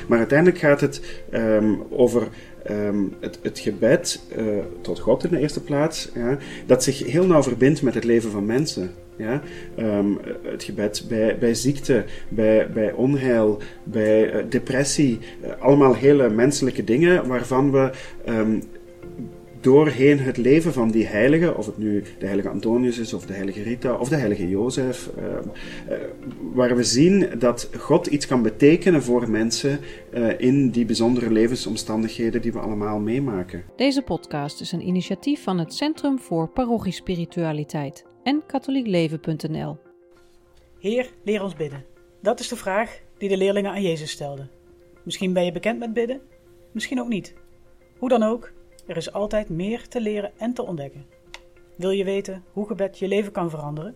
Maar uiteindelijk gaat het over het gebed tot God in de eerste plaats, ja, dat zich heel nauw verbindt met het leven van mensen. Ja? Het gebed bij ziekte, bij onheil, bij depressie, allemaal hele menselijke dingen waarvan we doorheen het leven van die heiligen, of het nu de heilige Antonius is, of de heilige Rita, of de heilige Jozef, waar we zien dat God iets kan betekenen voor mensen in die bijzondere levensomstandigheden die we allemaal meemaken. Deze podcast is een initiatief van het Centrum voor Parochiespiritualiteit en katholiekleven.nl. Heer, leer ons bidden. Dat is de vraag die de leerlingen aan Jezus stelden. Misschien ben je bekend met bidden, misschien ook niet. Hoe dan ook, er is altijd meer te leren en te ontdekken. Wil je weten hoe gebed je leven kan veranderen?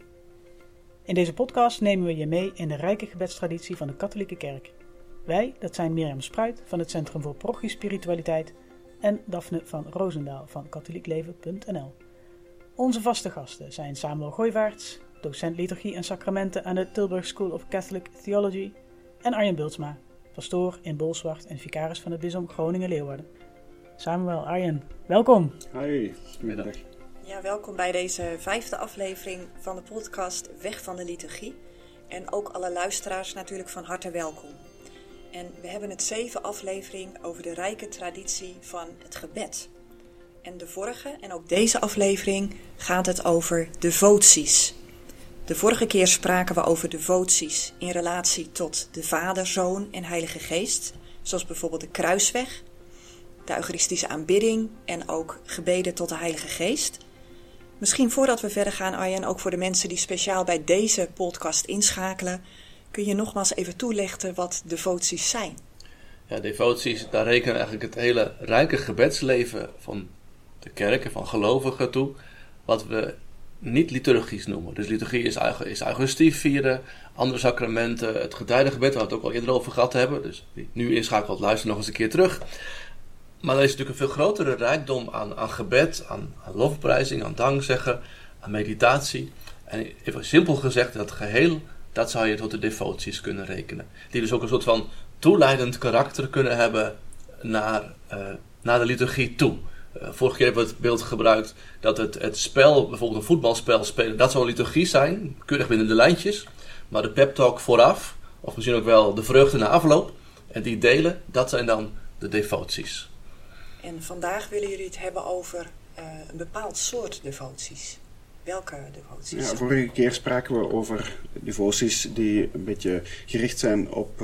In deze podcast nemen we je mee in de rijke gebedstraditie van de katholieke kerk. Wij, dat zijn Mirjam Spruit van het Centrum voor Parochiespiritualiteit en Daphne van Roosendaal van katholiekleven.nl. Onze vaste gasten zijn Samuel Gooivaerts, docent liturgie en sacramenten aan de Tilburg School of Catholic Theology, en Arjen Bultsma, pastoor in Bolsward en vicaris van het bisdom Groningen-Leeuwarden. Samuel, Arjen, welkom. Hoi, goedemiddag. Ja, welkom bij deze 5e aflevering van de podcast Weg van de Liturgie. En ook alle luisteraars natuurlijk van harte welkom. En we hebben het 7e aflevering over de rijke traditie van het gebed. En de vorige en ook deze aflevering gaat het over devoties. De vorige keer spraken we over devoties in relatie tot de Vader, Zoon en Heilige Geest. Zoals bijvoorbeeld de kruisweg, de eucharistische aanbidding en ook gebeden tot de Heilige Geest. Misschien voordat we verder gaan, Arjen, ook voor de mensen die speciaal bij deze podcast inschakelen, kun je nogmaals even toelichten wat devoties zijn? Ja, devoties, daar rekenen we eigenlijk het hele rijke gebedsleven van de kerk en van gelovigen toe, wat we niet liturgisch noemen. Dus liturgie is Eucharistie vieren, andere sacramenten, het getijdengebed, waar we het ook al eerder over gehad hebben. Dus wie nu inschakelt, luister nog eens een keer terug. Maar er is natuurlijk een veel grotere rijkdom aan gebed, aan lofprijzing, aan dankzeggen, aan meditatie. En even simpel gezegd, dat geheel, dat zou je tot de devoties kunnen rekenen. Die dus ook een soort van toeleidend karakter kunnen hebben naar de liturgie toe. Vorige keer hebben we het beeld gebruikt dat het spel, bijvoorbeeld een voetbalspel spelen, dat zou liturgie zijn, keurig binnen de lijntjes. Maar de pep talk vooraf, of misschien ook wel de vreugde na afloop, en die delen, dat zijn dan de devoties. En vandaag willen jullie het hebben over een bepaald soort devoties. Welke devoties? Ja, vorige keer spraken we over devoties die een beetje gericht zijn op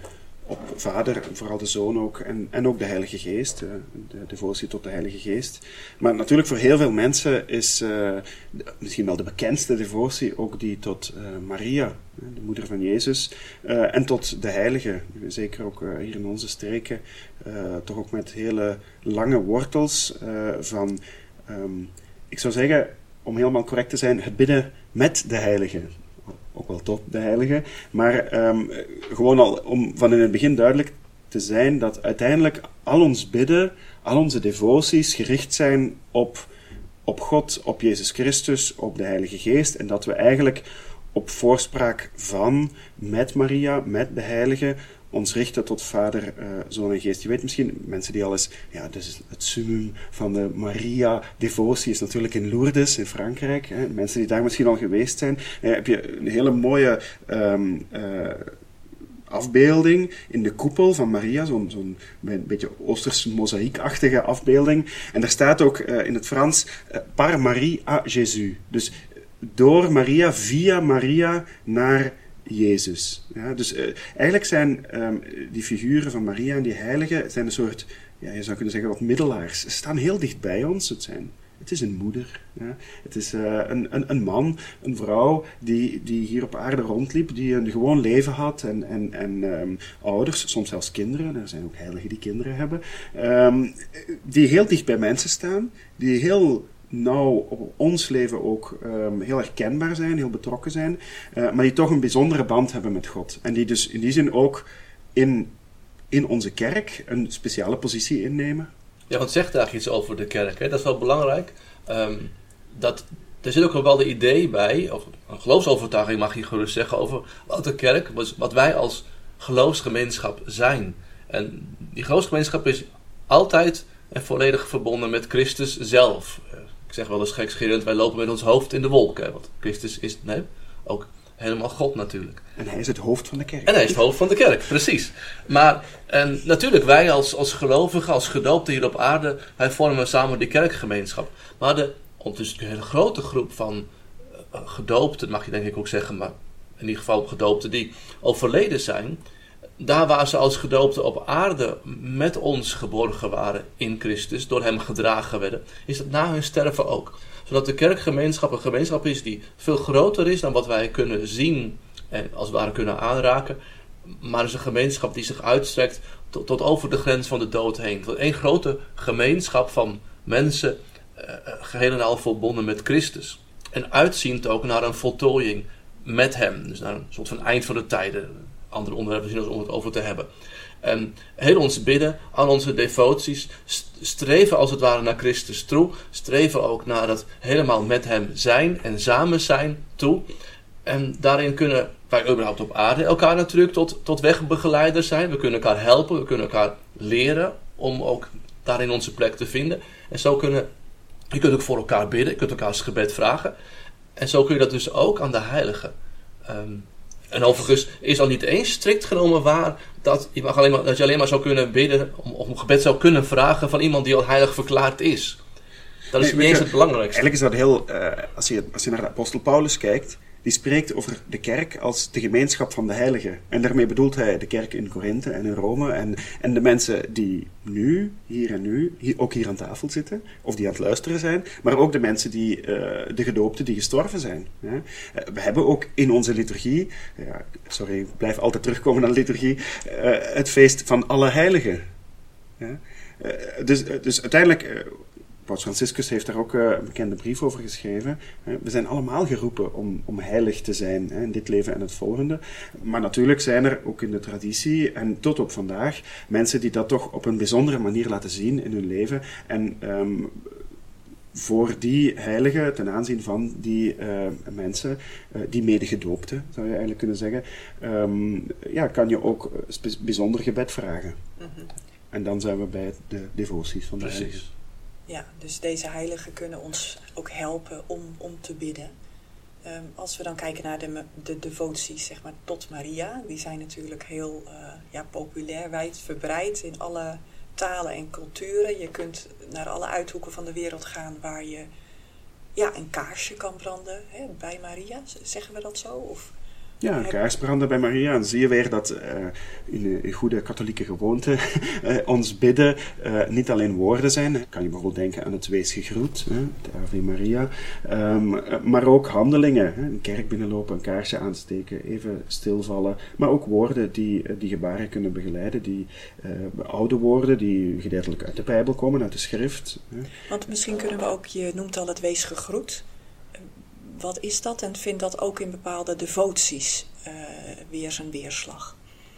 Vader, vooral de Zoon ook, en ook de Heilige Geest, de devotie tot de Heilige Geest. Maar natuurlijk voor heel veel mensen is misschien wel de bekendste devotie ook die tot Maria, de moeder van Jezus, en tot de Heilige, zeker ook hier in onze streken, toch ook met hele lange wortels van, ik zou zeggen, om helemaal correct te zijn, het bidden met de Heilige. Ook wel tot de Heilige, maar gewoon al om van in het begin duidelijk te zijn dat uiteindelijk al ons bidden, al onze devoties gericht zijn op God, op Jezus Christus, op de Heilige Geest, en dat we eigenlijk op voorspraak van, met Maria, met de Heilige, ons richten tot Vader, Zoon en Geest. Je weet misschien, mensen die al eens, ja, dus het summum van de Maria-devotie is natuurlijk in Lourdes, in Frankrijk. Hè. Mensen die daar misschien al geweest zijn, heb je een hele mooie afbeelding in de koepel van Maria, zo'n beetje Oosters mozaïekachtige afbeelding. En daar staat ook in het Frans, par Marie à Jésus. Dus door Maria, via Maria naar Jezus. Ja, dus eigenlijk zijn die figuren van Maria en die heiligen zijn een soort, ja, je zou kunnen zeggen, wat middelaars. Ze staan heel dicht bij ons. Het is een moeder. Ja. Het is een man, een vrouw die hier op aarde rondliep, die een gewoon leven had en ouders, soms zelfs kinderen. Er zijn ook heiligen die kinderen hebben. Die heel dicht bij mensen staan, die heel nauw op ons leven ook heel herkenbaar zijn, heel betrokken zijn, maar die toch een bijzondere band hebben met God. En die dus in die zin ook in onze kerk een speciale positie innemen. Ja, want zegt eigenlijk iets over de kerk, hè? Dat is wel belangrijk. Er zit ook wel de idee bij, of een geloofsovertuiging mag je gerust zeggen, over wat de kerk, wat wij als geloofsgemeenschap zijn. En die geloofsgemeenschap is altijd en volledig verbonden met Christus zelf. Ik zeg wel eens gekscherend, wij lopen met ons hoofd in de wolken. Want Christus is ook helemaal God natuurlijk. En hij is het hoofd van de kerk. En hij is het hoofd van de kerk, precies. Maar en natuurlijk, wij als gelovigen, als gedoopten hier op aarde, wij vormen samen die kerkgemeenschap. Maar ondertussen een hele grote groep van gedoopten, mag je denk ik ook zeggen, maar in ieder geval gedoopten die overleden zijn, daar waar ze als gedoopten op aarde met ons geborgen waren in Christus, door hem gedragen werden, is dat na hun sterven ook. Zodat de kerkgemeenschap een gemeenschap is die veel groter is dan wat wij kunnen zien en als het ware kunnen aanraken. Maar het is een gemeenschap die zich uitstrekt tot over de grens van de dood heen. Tot één grote gemeenschap van mensen, geheel en al verbonden met Christus. En uitziend ook naar een voltooiing met hem. Dus naar een soort van eind van de tijden. Andere onderwerpen zien om het over te hebben. En heel ons bidden, al onze devoties, streven als het ware naar Christus toe. Streven ook naar dat helemaal met hem zijn en samen zijn toe. En daarin kunnen wij überhaupt op aarde elkaar natuurlijk tot wegbegeleider zijn. We kunnen elkaar helpen, we kunnen elkaar leren om ook daarin onze plek te vinden. En zo je kunt ook voor elkaar bidden, je kunt elkaars gebed vragen. En zo kun je dat dus ook aan de heiligen. En overigens is al niet eens strikt genomen waar dat je alleen maar zou kunnen bidden of een gebed zou kunnen vragen van iemand die al heilig verklaard is. Dat is niet eens het belangrijkste. Eigenlijk is dat heel, als je naar de apostel Paulus kijkt, die spreekt over de kerk als de gemeenschap van de heiligen. En daarmee bedoelt hij de kerk in Korinthe en in Rome en de mensen die nu, ook hier aan tafel zitten, of die aan het luisteren zijn, maar ook de mensen de gedoopten die gestorven zijn. We hebben ook in onze liturgie, ik blijf altijd terugkomen aan de liturgie, het feest van alle heiligen. Dus uiteindelijk, Paus Franciscus heeft daar ook een bekende brief over geschreven. We zijn allemaal geroepen om heilig te zijn in dit leven en het volgende. Maar natuurlijk zijn er ook in de traditie en tot op vandaag mensen die dat toch op een bijzondere manier laten zien in hun leven. En voor die heiligen, ten aanzien van die mensen, die medegedoopten, zou je eigenlijk kunnen zeggen, kan je ook bijzonder gebed vragen. Mm-hmm. En dan zijn we bij de devoties van de heiligen. Ja, dus deze heiligen kunnen ons ook helpen om te bidden. Als we dan kijken naar de devoties, zeg maar, tot Maria, die zijn natuurlijk heel populair, wijdverbreid in alle talen en culturen. Je kunt naar alle uithoeken van de wereld gaan waar je een kaarsje kan branden bij Maria. Zeggen we dat zo? Of ja, een kaars branden bij Maria. En zie je weer dat in goede katholieke gewoonte ons bidden niet alleen woorden zijn. Kan je bijvoorbeeld denken aan het wees gegroet, de Ave Maria. Maar ook handelingen. Een kerk binnenlopen, een kaarsje aansteken, even stilvallen. Maar ook woorden die gebaren kunnen begeleiden. Die oude woorden die gedeeltelijk uit de Bijbel komen, uit de schrift. Want misschien kunnen we ook, je noemt al het wees gegroet. Wat is dat en vindt dat ook in bepaalde devoties weer zijn weerslag?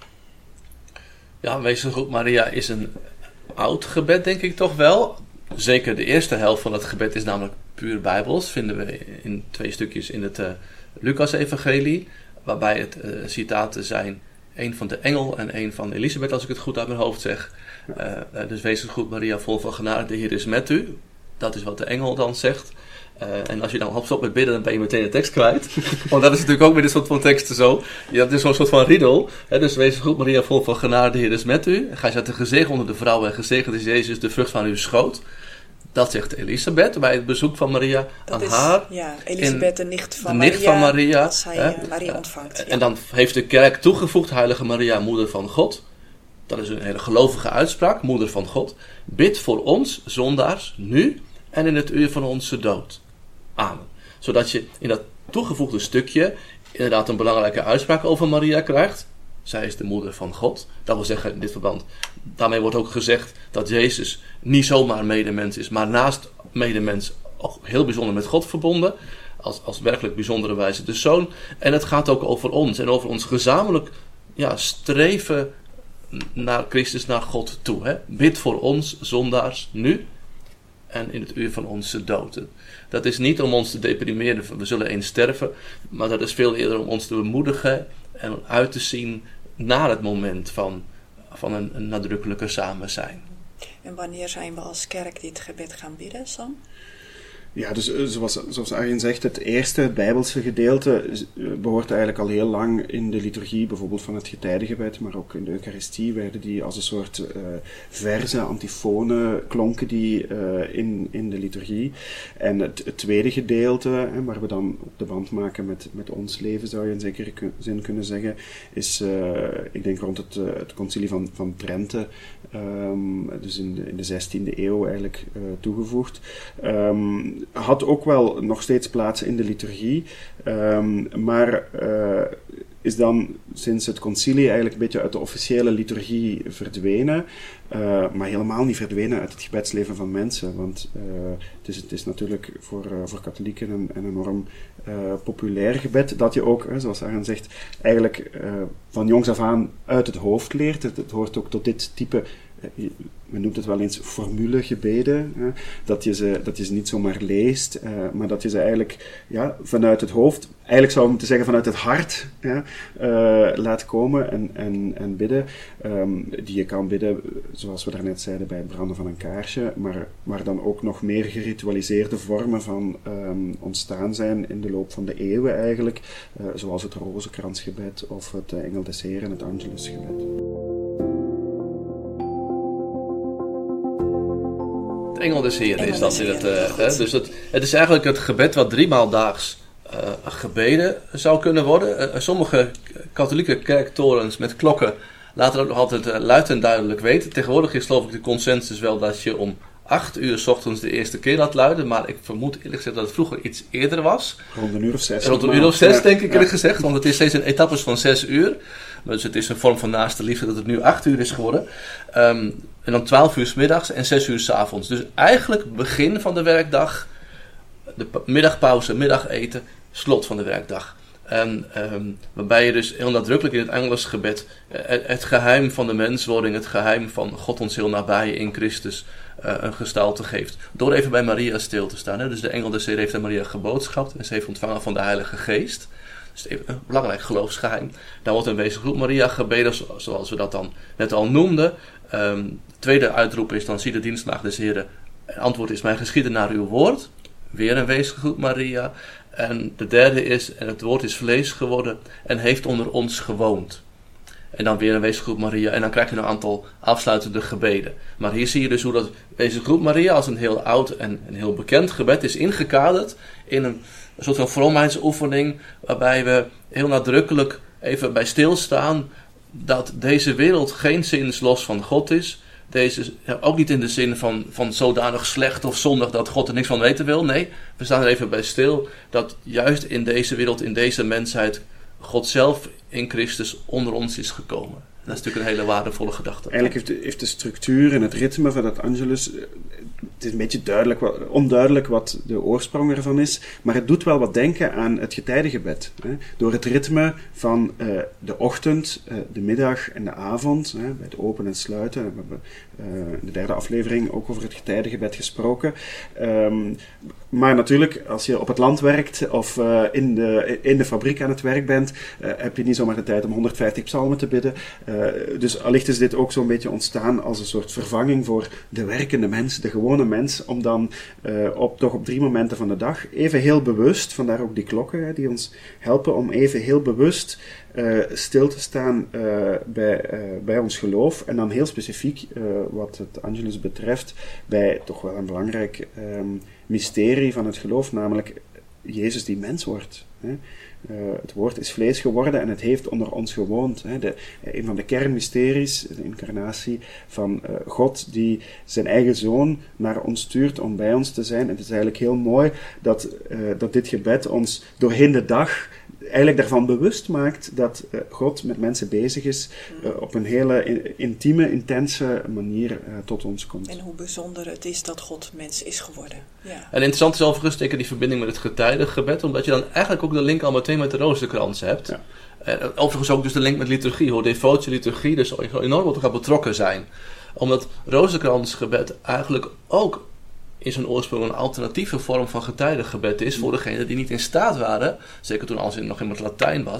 Ja, wees gegroet Maria is een oud gebed, denk ik toch wel. Zeker de eerste helft van het gebed is namelijk puur bijbels. Vinden we in 2 stukjes in het Lucas-evangelie. Waarbij het citaten zijn, één van de engel en één van Elisabeth, als ik het goed uit mijn hoofd zeg. Dus wees gegroet Maria, vol van genade, de Heer is met u. Dat is wat de engel dan zegt. En als je dan opstopt met bidden, dan ben je meteen de tekst kwijt. Want dat is natuurlijk ook met dit soort van teksten zo. Ja, het is zo'n soort van riedel. Dus wees gegroet Maria, vol van genade, de Heer is met u. Gij zijt gezegend onder de vrouwen en gezegend is Jezus, de vrucht van uw schoot. Dat zegt Elisabeth bij het bezoek van Maria dat aan haar. Ja, Elisabeth, de nicht van Maria. Als hij Maria ontvangt. Ja. En dan heeft de kerk toegevoegd, heilige Maria, moeder van God. Dat is een hele gelovige uitspraak, moeder van God. Bid voor ons, zondaars, nu en in het uur van onze dood. Amen. Zodat je in dat toegevoegde stukje inderdaad een belangrijke uitspraak over Maria krijgt. Zij is de moeder van God. Dat wil zeggen in dit verband, daarmee wordt ook gezegd dat Jezus niet zomaar medemens is, maar naast medemens ook heel bijzonder met God verbonden. Als werkelijk bijzondere wijze de Zoon. En het gaat ook over ons en over ons gezamenlijk streven naar Christus, naar God toe. Hè? Bid voor ons, zondaars, nu en in het uur van onze dood. Dat is niet om ons te deprimeren, we zullen eens sterven, maar dat is veel eerder om ons te bemoedigen en uit te zien naar het moment van van een nadrukkelijker samen zijn. En wanneer zijn we als kerk dit gebed gaan bidden, Sam? Ja, dus zoals Arjen zegt, het eerste, het Bijbelse gedeelte, behoort eigenlijk al heel lang in de liturgie, bijvoorbeeld van het getijdengebed, maar ook in de Eucharistie werden die als een soort verzen, antifonen, klonken die in de liturgie. En het tweede gedeelte, waar we dan op de band maken met ons leven, zou je in zekere zin kunnen zeggen, is, ik denk rond het concilie van Trente, dus in de 16e eeuw eigenlijk toegevoegd. Had ook wel nog steeds plaats in de liturgie, maar is dan sinds het concilie eigenlijk een beetje uit de officiële liturgie verdwenen, maar helemaal niet verdwenen uit het gebedsleven van mensen, want het is natuurlijk voor katholieken een enorm populair gebed, dat je ook, zoals Arjen zegt, eigenlijk van jongs af aan uit het hoofd leert. Het hoort ook tot dit type, men noemt het wel eens formulegebeden, dat je ze niet zomaar leest, maar dat je ze eigenlijk vanuit het hoofd, eigenlijk zou je moeten zeggen vanuit het hart, laat komen en bidden. Die je kan bidden, zoals we daarnet zeiden, bij het branden van een kaarsje, maar dan ook nog meer geritualiseerde vormen van ontstaan zijn in de loop van de eeuwen eigenlijk, zoals het rozenkransgebed of het Engel des Heren, het Angelusgebed. Engel des Heren is dat in het. Dus het is eigenlijk het gebed wat 3 maal daags gebeden zou kunnen worden. Sommige katholieke kerktorens met klokken laten ook nog altijd luid en duidelijk weten. Tegenwoordig is geloof ik de consensus wel dat je om 8 uur 's ochtends de eerste keer laat luiden. Maar ik vermoed eerlijk gezegd dat het vroeger iets eerder was. Rond een uur of 6. Rond een uur of 6 denk ik eerlijk gezegd. Want het is steeds in etappes van 6 uur. Dus het is een vorm van naaste liefde dat het nu 8 uur is geworden. En dan 12 uur 's middags en 6 uur 's avonds. Dus eigenlijk begin van de werkdag, de middagpauze, middageten, slot van de werkdag. En waarbij je dus heel nadrukkelijk in het Angelusgebed het geheim van de menswording, het geheim van God ons heel nabij in Christus een gestalte geeft. Door even bij Maria stil te staan. Hè? Dus de engel des Heren heeft aan Maria geboodschapt en ze heeft ontvangen van de Heilige Geest. Dus even een belangrijk geloofsgeheim. Daar wordt een wezengroep Maria gebeden, zoals we dat dan net al noemden. De tweede uitroep is dan: zie de dienstmaagd des Heren. Het antwoord is: mij geschieden naar uw woord. Weer een wezengroep Maria. En de derde is: en het woord is vlees geworden en heeft onder ons gewoond. En dan weer een wezengroep Maria. En dan krijg je een aantal afsluitende gebeden. Maar hier zie je dus hoe dat wezengroep Maria als een heel oud en een heel bekend gebed is ingekaderd in een soort van vromheidsoefening, waarbij we heel nadrukkelijk even bij stilstaan dat deze wereld geen zins los van God is. Ook niet in de zin van zodanig slecht of zondig dat God er niks van weten wil. Nee, we staan er even bij stil dat juist in deze wereld, in deze mensheid, God zelf in Christus onder ons is gekomen. En dat is natuurlijk een hele waardevolle gedachte. Eigenlijk heeft de structuur en het ritme van het Angelus, het is een beetje onduidelijk wat de oorsprong ervan is, maar het doet wel wat denken aan het getijdengebed. Door het ritme van de ochtend, de middag en de avond, bij het open en sluiten. We hebben in de derde aflevering ook over het getijdengebed gesproken. Maar natuurlijk, als je op het land werkt of in de fabriek aan het werk bent, heb je niet zomaar de tijd om 150 psalmen te bidden. Dus allicht is dit ook zo'n beetje ontstaan als een soort vervanging voor de werkende mens, de gewone mens, om dan toch op 3 momenten van de dag even heel bewust, vandaar ook die klokken die ons helpen om even heel bewust stil te staan bij ons geloof. En dan heel specifiek wat het Angelus betreft bij toch wel een belangrijk mysterie van het geloof, namelijk Jezus die mens wordt. Het woord is vlees geworden en het heeft onder ons gewoond. Een van de kernmysteries, de incarnatie van God die zijn eigen zoon naar ons stuurt om bij ons te zijn. En het is eigenlijk heel mooi dat dit gebed ons doorheen de dag eigenlijk daarvan bewust maakt dat God met mensen bezig is op een hele intieme, intense manier tot ons komt. En hoe bijzonder het is dat God mens is geworden. Ja. En interessant is overigens die verbinding met het getijdengebed, omdat je dan eigenlijk ook de link al meteen met de rozenkrans hebt. Ja. Overigens ook dus de link met liturgie, hoe devotie liturgie dus enorm op elkaar betrokken zijn. Omdat rozenkransgebed eigenlijk ook in zijn oorsprong een alternatieve vorm van getijdengebed is voor degenen die niet in staat waren, zeker toen alles nog in het Latijn was,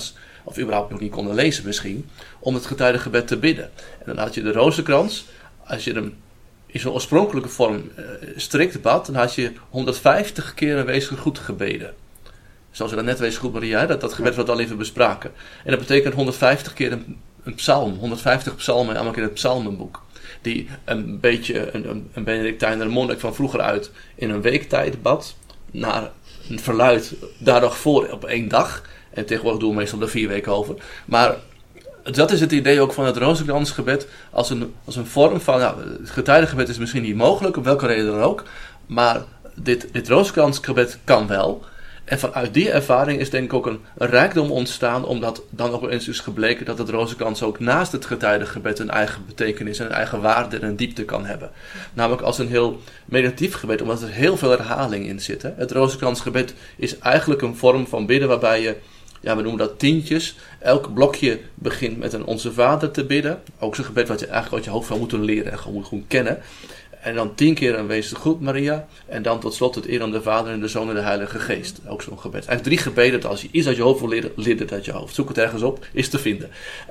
of überhaupt nog niet konden lezen misschien, om het getijdengebed te bidden. En dan had je de rozenkrans, als je hem in zijn oorspronkelijke vorm strikt bad, dan had je 150 keer een wees gegroet gebeden. Zoals we dat net wees goed, Maria, dat gebed wat we al even bespraken. En dat betekent 150 keer een psalm, 150 psalmen allemaal in het psalmenboek. Die een beetje een Benedictijner monnik van vroeger uit in een week tijd bad, naar een verluid daar nog voor op 1 dag. En tegenwoordig doen we meestal er 4 weken over. Maar dat is het idee ook van het rozenkransgebed als een vorm van, het getijdengebed is misschien niet mogelijk, om welke reden dan ook. Maar dit rozenkransgebed kan wel. En vanuit die ervaring is denk ik ook een rijkdom ontstaan, omdat dan ook eens is gebleken dat het rozenkrans ook naast het getijdengebed een eigen betekenis en een eigen waarde en een diepte kan hebben. Namelijk als een heel meditatief gebed, omdat er heel veel herhaling in zit. Hè. Het rozenkransgebed is eigenlijk een vorm van bidden waarbij je, we noemen dat tientjes. Elk blokje begint met een Onze Vader te bidden. Ook zo'n gebed wat je eigenlijk uit je hoofd zou moeten leren en gewoon moet kennen. En dan 10 keer een wees goed, Maria. En dan tot slot het eer aan de Vader en de Zoon en de Heilige Geest. Ook zo'n gebed. Eigenlijk 3 gebeden dat als je iets uit je hoofd wil leren, leer het uit je hoofd. Zoek het ergens op, is te vinden.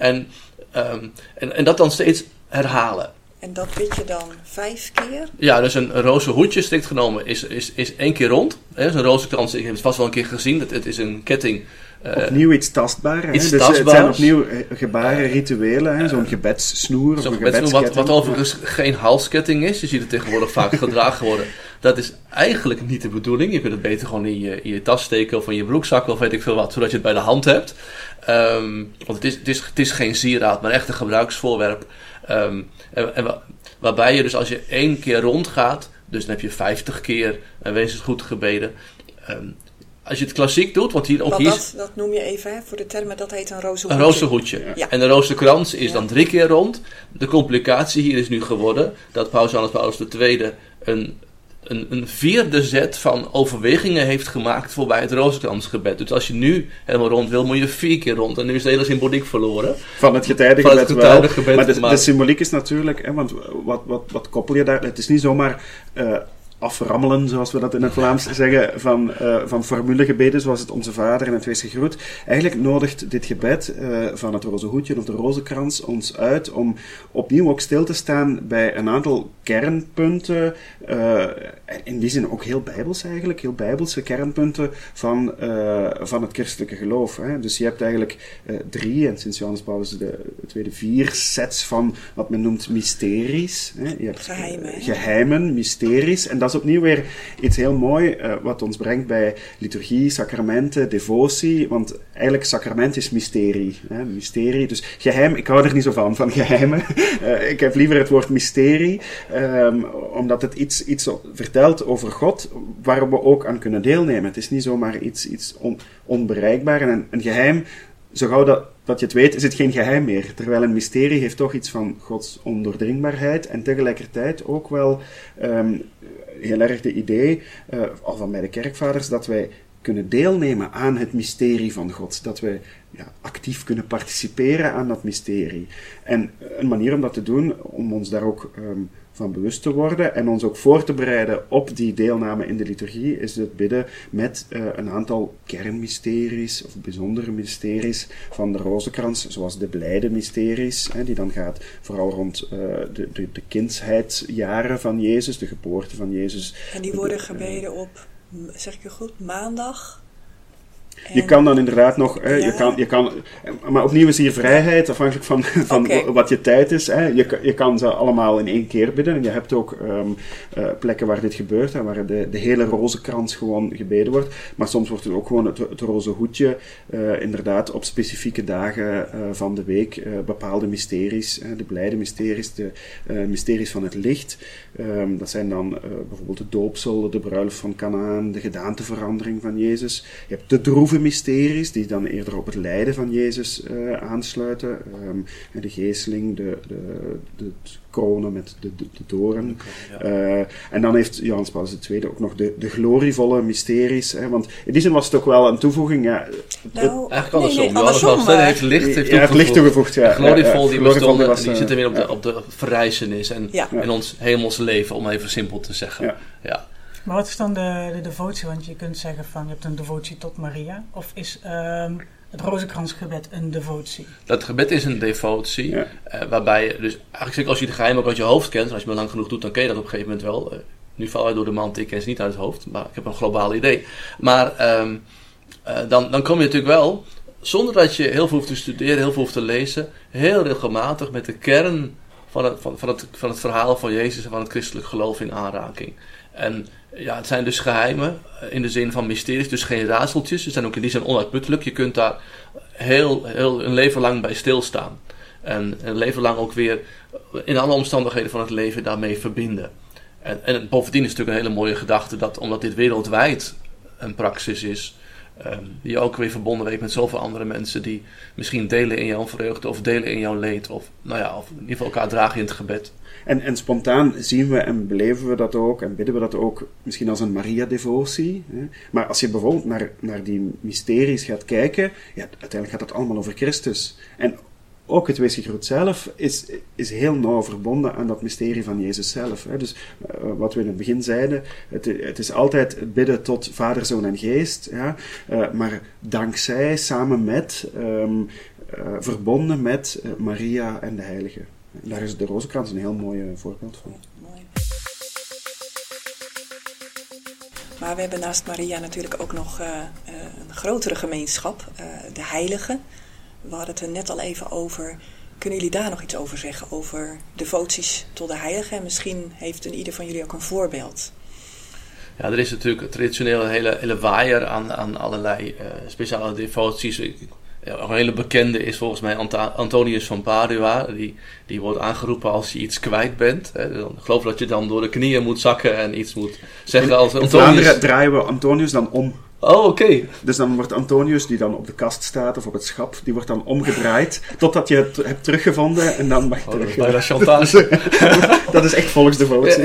En dat dan steeds herhalen. En dat bid je dan 5 keer? Ja, dus een roze hoedje, strikt genomen, is 1 keer rond. Dus een rozenkrans, ik heb het vast wel een keer gezien. Het is een ketting. Opnieuw iets tastbaar. Iets dus tastbaars. Het zijn opnieuw gebaren, rituelen. Zo'n gebedssnoer of een gebedsketting. Wat overigens geen halsketting is. Je ziet het tegenwoordig vaak gedragen worden. Dat is eigenlijk niet de bedoeling. Je kunt het beter gewoon in je tas steken of in je broekzak of weet ik veel wat. Zodat je het bij de hand hebt. Want het is geen sieraad, maar echt een gebruiksvoorwerp. Waarbij je dus als je 1 keer rondgaat, dus dan heb je 50 keer wees het goed gebeden. Als je het klassiek doet, want hier ook dat noem je even voor de termen, dat heet een rozenhoedje. Een rozenhoedje. Ja. En de rozenkrans is dan 3 keer rond. De complicatie hier is nu geworden dat Paus Johannes Paulus II een 4e set van overwegingen heeft gemaakt voorbij het rozenkransgebed. Dus als je nu helemaal rond wil, moet je 4 keer rond. En nu is de hele symboliek verloren. Van het getijdengebed wel. Maar de symboliek is natuurlijk, want wat koppel je daar? Het is niet zomaar aframmelen, zoals we dat in het Vlaams zeggen, van formulegebeden, zoals het Onze Vader en het Wees gegroet. Eigenlijk nodigt dit gebed van het roze hoedje of de rozenkrans ons uit om opnieuw ook stil te staan bij een aantal kernpunten, in die zin ook heel bijbels eigenlijk, heel bijbelse kernpunten van het christelijke geloof. Hè. Dus je hebt eigenlijk 3, en sinds Johannes Paulus II 4 sets van wat men noemt mysteries. Hè. Je hebt geheimen, mysteries, en dat is opnieuw weer iets heel mooi, wat ons brengt bij liturgie, sacramenten, devotie, want eigenlijk sacrament is mysterie. Hè, mysterie, dus geheim, ik hou er niet zo van geheimen. Ik heb liever het woord mysterie, omdat het iets vertelt over God, waar we ook aan kunnen deelnemen. Het is niet zomaar iets onbereikbaar. En een geheim, zo gauw dat je het weet, is het geen geheim meer. Terwijl een mysterie heeft toch iets van Gods ondoordringbaarheid en tegelijkertijd ook wel heel erg de idee, al van bij de kerkvaders, dat wij kunnen deelnemen aan het mysterie van God. Dat wij actief kunnen participeren aan dat mysterie. En een manier om dat te doen, om ons daar ook van bewust te worden en ons ook voor te bereiden op die deelname in de liturgie, is het bidden met een aantal kernmysteries of bijzondere mysteries van de rozenkrans, zoals de blijde mysteries, die dan gaat vooral rond de kindsheidjaren van Jezus, de geboorte van Jezus. En die worden gebeden op, zeg ik het goed, maandag? Je kan dan inderdaad nog, je kan, maar opnieuw is hier vrijheid, afhankelijk van wat je tijd is. Hè. Je kan ze allemaal in 1 keer bidden. En je hebt ook plekken waar dit gebeurt, hè, waar de hele rozenkrans gewoon gebeden wordt. Maar soms wordt het ook gewoon het roze hoedje, inderdaad op specifieke dagen van de week, bepaalde mysteries, de blijde mysteries, de mysteries van het licht. Dat zijn dan bijvoorbeeld de doopsel, de bruiloft van Kanaan, de gedaanteverandering van Jezus. Je hebt de droeve mysteries, die dan eerder op het lijden van Jezus aansluiten. De geesteling, de kronen met de doorn. En dan heeft Johannes Paulus II ook nog de glorievolle mysteries. Want in die zin was het ook wel een toevoeging. Eigenlijk andersom. Johannes Paulus II heeft licht toegevoegd. Glorievol, die bestonden, die zitten weer op de verrijzenis en in ons hemels leven, om even simpel te zeggen. Ja. Maar wat is dan de devotie? Want je kunt zeggen van, je hebt een devotie tot Maria. Of is het rozenkransgebed een devotie? Dat gebed is een devotie, Ja. Waarbij je dus eigenlijk zeker als je de geheim ook uit je hoofd kent, en als je me lang genoeg doet, dan ken je dat op een gegeven moment wel. Nu val je door de mand, ik ken ze niet uit het hoofd, maar ik heb een globaal idee. Maar dan kom je natuurlijk wel, zonder dat je heel veel hoeft te studeren, heel veel hoeft te lezen, heel regelmatig met de kern van het verhaal van Jezus en van het christelijk geloof in aanraking. En ja, het zijn dus geheimen in de zin van mysteries, dus geen raadseltjes. Ze zijn ook in die zin onuitputtelijk. Je kunt daar heel een leven lang bij stilstaan. En een leven lang ook weer in alle omstandigheden van het leven daarmee verbinden. En bovendien is het natuurlijk een hele mooie gedachte dat, omdat dit wereldwijd een praxis is, die je ook weer verbonden weet met zoveel andere mensen die misschien delen in jouw vreugde of delen in jouw leed. Of in ieder geval elkaar dragen in het gebed. En spontaan zien we en beleven we dat ook en bidden we dat ook misschien als een Maria-devotie. Hè? Maar als je bijvoorbeeld naar die mysteries gaat kijken, ja, uiteindelijk gaat het allemaal over Christus. En ook het Wees gegroet zelf is heel nauw verbonden aan dat mysterie van Jezus zelf. Hè? Dus wat we in het begin zeiden, het is altijd het bidden tot Vader, Zoon en Geest. Ja? Maar dankzij, samen met, verbonden met Maria en de Heilige. Daar is de rozenkrans een heel mooi voorbeeld van. Mooi. Maar we hebben naast Maria natuurlijk ook nog een grotere gemeenschap, de Heiligen. We hadden het er net al even over. Kunnen jullie daar nog iets over zeggen? Over devoties tot de Heiligen? En misschien heeft ieder van jullie ook een voorbeeld. Ja, er is natuurlijk traditioneel een hele waaier aan allerlei speciale devoties. Een hele bekende is volgens mij Antonius van Padua. Die wordt aangeroepen als je iets kwijt bent. Dan geloof dat je dan door de knieën moet zakken en iets moet zeggen als Antonius. In Vlaanderen draaien we Antonius dan om. Oh, oké. Dus dan wordt Antonius, die dan op de kast staat of op het schap, die wordt dan omgedraaid totdat je het hebt teruggevonden en dan mag je terug. Bijna chantage. Dat is echt volksdevotie.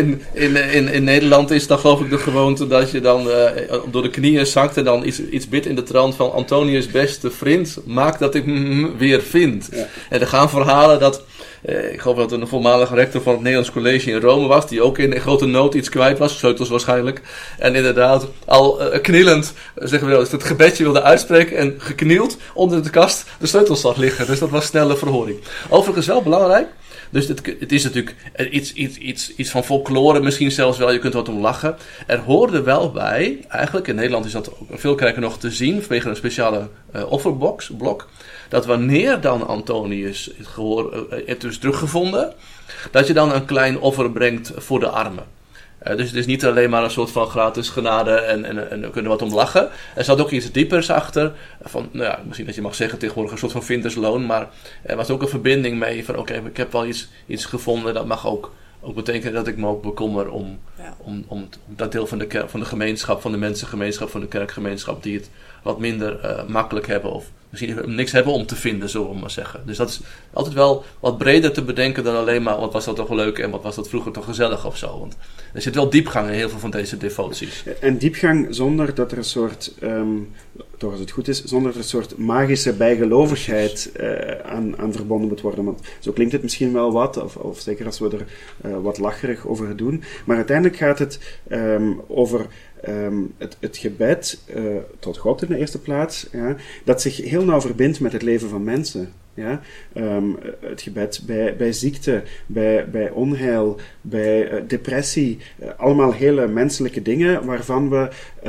In Nederland is dan geloof ik de gewoonte dat je dan door de knieën zakt en dan iets bidt in de trant van Antonius beste vriend, maak dat ik weer vind. Ja. En er gaan verhalen dat ik geloof dat een voormalige rector van het Nederlands College in Rome was, die ook in grote nood iets kwijt was, sleutels waarschijnlijk. En inderdaad, al knielend, zeggen we wel, het gebedje wilde uitspreken en geknield onder de kast de sleutels zag liggen. Dus dat was snelle verhoring. Overigens wel belangrijk. Dus het is natuurlijk iets van folklore, misschien zelfs wel, je kunt er wat om lachen. Er hoorde wel bij, eigenlijk in Nederland is dat ook in veel kerken nog te zien, vanwege een speciale offerblok, dat wanneer dan Antonius het gehoor heeft dus teruggevonden, dat je dan een klein offer brengt voor de armen. Dus het is niet alleen maar een soort van gratis genade en we kunnen wat om lachen. Er zat ook iets diepers achter. Van, nou ja, misschien dat je mag zeggen tegenwoordig een soort van vindersloon. Maar er was ook een verbinding mee van oké, ik heb wel iets gevonden. Dat mag ook betekenen dat ik me ook bekommer om dat deel van de gemeenschap, van de mensengemeenschap, van de kerkgemeenschap die het wat minder makkelijk hebben of misschien niks hebben om te vinden, zullen we maar zeggen. Dus dat is altijd wel wat breder te bedenken dan alleen maar wat was dat toch leuk en wat was dat vroeger toch gezellig of zo. Want er zit wel diepgang in heel veel van deze devoties. En diepgang zonder dat er een soort, toch als het goed is, zonder dat er een soort magische bijgelovigheid aan verbonden moet worden. Want zo klinkt het misschien wel wat, of zeker als we er wat lacherig over doen. Maar uiteindelijk gaat het over het gebed tot God in de eerste plaats, ja, dat zich heel nauw verbindt met het leven van mensen. Ja? Het gebed bij ziekte, bij onheil, bij depressie, allemaal hele menselijke dingen waarvan we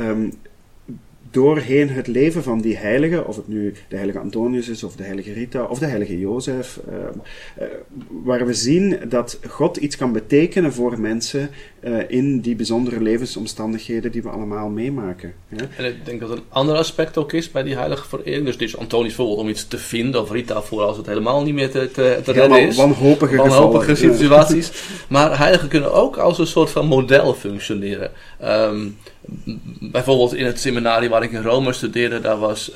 doorheen het leven van die heilige, of het nu de heilige Antonius is, of de heilige Rita, of de heilige Jozef, waar we zien dat God iets kan betekenen voor mensen in die bijzondere levensomstandigheden die we allemaal meemaken. Ja? En ik denk dat een ander aspect ook is bij die heilige verering. Dus dit is Antonius bijvoorbeeld om iets te vinden, of Rita voor als het helemaal niet meer te redden is. Wanhopige situaties. Maar heiligen kunnen ook als een soort van model functioneren. Bijvoorbeeld in het seminarie waar ik in Rome studeerde, daar was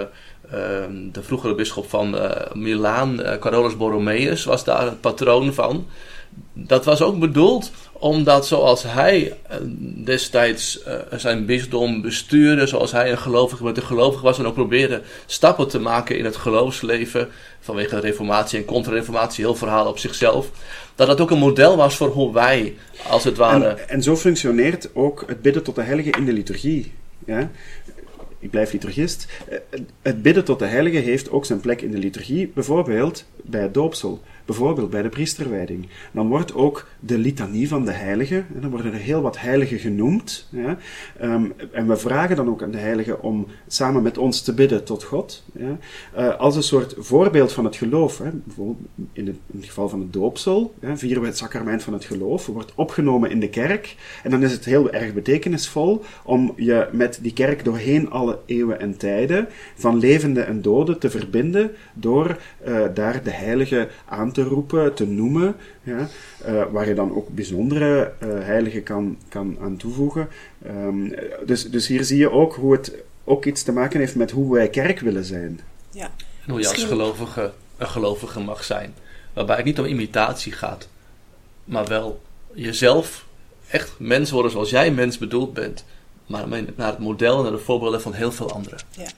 de vroegere bisschop van Milaan, Carolus Borromeus, was daar het patroon van. Dat was ook bedoeld omdat zoals hij destijds zijn bisdom bestuurde, zoals hij een gelovige was en ook probeerde stappen te maken in het geloofsleven, vanwege de reformatie en contra-reformatie, heel verhaal op zichzelf, dat ook een model was voor hoe wij, als het ware... En zo functioneert ook het bidden tot de heilige in de liturgie. Ja? ik blijf liturgist. Het bidden tot de heilige heeft ook zijn plek in de liturgie, bijvoorbeeld bij het doopsel, bijvoorbeeld bij de priesterwijding. Dan wordt ook de litanie van de heiligen, en dan worden er heel wat heiligen genoemd. Ja, en we vragen dan ook aan de heiligen om samen met ons te bidden tot God. Ja, als een soort voorbeeld van het geloof. Hè, bijvoorbeeld in het geval van het doopsel, vieren we het sacrament van het geloof, wordt opgenomen in de kerk. En dan is het heel erg betekenisvol om je met die kerk doorheen alle eeuwen en tijden, van levenden en doden, te verbinden door daar de heilige aan te roepen, te noemen, ja, waar je dan ook bijzondere heiligen kan aan toevoegen. Dus hier zie je ook hoe het ook iets te maken heeft met hoe wij kerk willen zijn. Ja. En hoe je als gelovige een gelovige mag zijn. Waarbij het niet om imitatie gaat, maar wel jezelf echt mens worden zoals jij mens bedoeld bent, maar naar het model en naar de voorbeelden van heel veel anderen. Ja.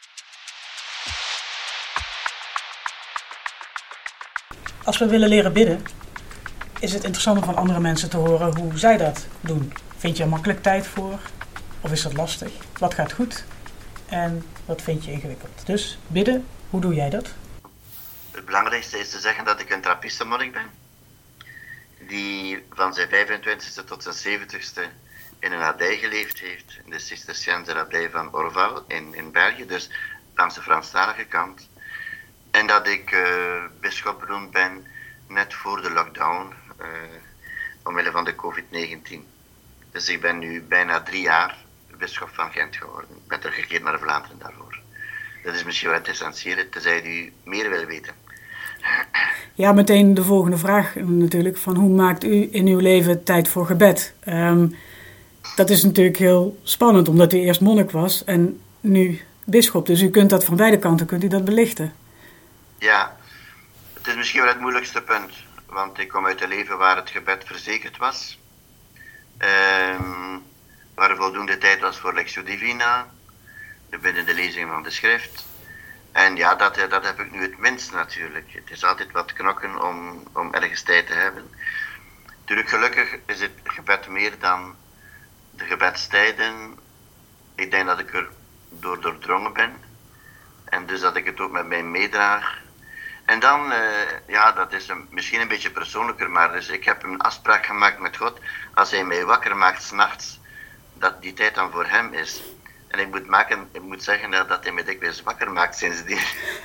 Als we willen leren bidden, is het interessant om van andere mensen te horen hoe zij dat doen. Vind je er makkelijk tijd voor? Of is dat lastig? Wat gaat goed? En wat vind je ingewikkeld? Dus bidden, hoe doe jij dat? Het belangrijkste is te zeggen dat ik een trappistenmonnik ben. Die van zijn 25e tot zijn 70e in een abdij geleefd heeft. In de Cisterciënse abdij van Orval in België. Dus langs de Franstalige kant. En dat ik bisschop benoemd ben net voor de lockdown, omwille van de COVID-19. Dus ik ben nu bijna 3 jaar bisschop van Gent geworden. Ik ben teruggekeerd naar Vlaanderen daarvoor. Dat is misschien wel het essentiële, tenzij u meer wil weten. Ja, meteen de volgende vraag natuurlijk, van hoe maakt u in uw leven tijd voor gebed? Dat is natuurlijk heel spannend, omdat u eerst monnik was en nu bisschop. Dus u kunt dat van beide kanten, kunt u dat belichten? Ja, het is misschien wel het moeilijkste punt, want ik kom uit een leven waar het gebed verzekerd was. Waar er voldoende tijd was voor Lectio Divina, binnen de lezing van de schrift. En ja, dat heb ik nu het minst natuurlijk. Het is altijd wat knokken om ergens tijd te hebben. Natuurlijk, gelukkig is het gebed meer dan de gebedstijden. Ik denk dat ik er doordrongen ben. En dus dat ik het ook met mij meedraag. En dan, dat is misschien een beetje persoonlijker, maar dus ik heb een afspraak gemaakt met God. Als hij mij wakker maakt 's nachts, dat die tijd dan voor hem is. En ik moet zeggen dat hij me dikwijls wakker maakt sindsdien.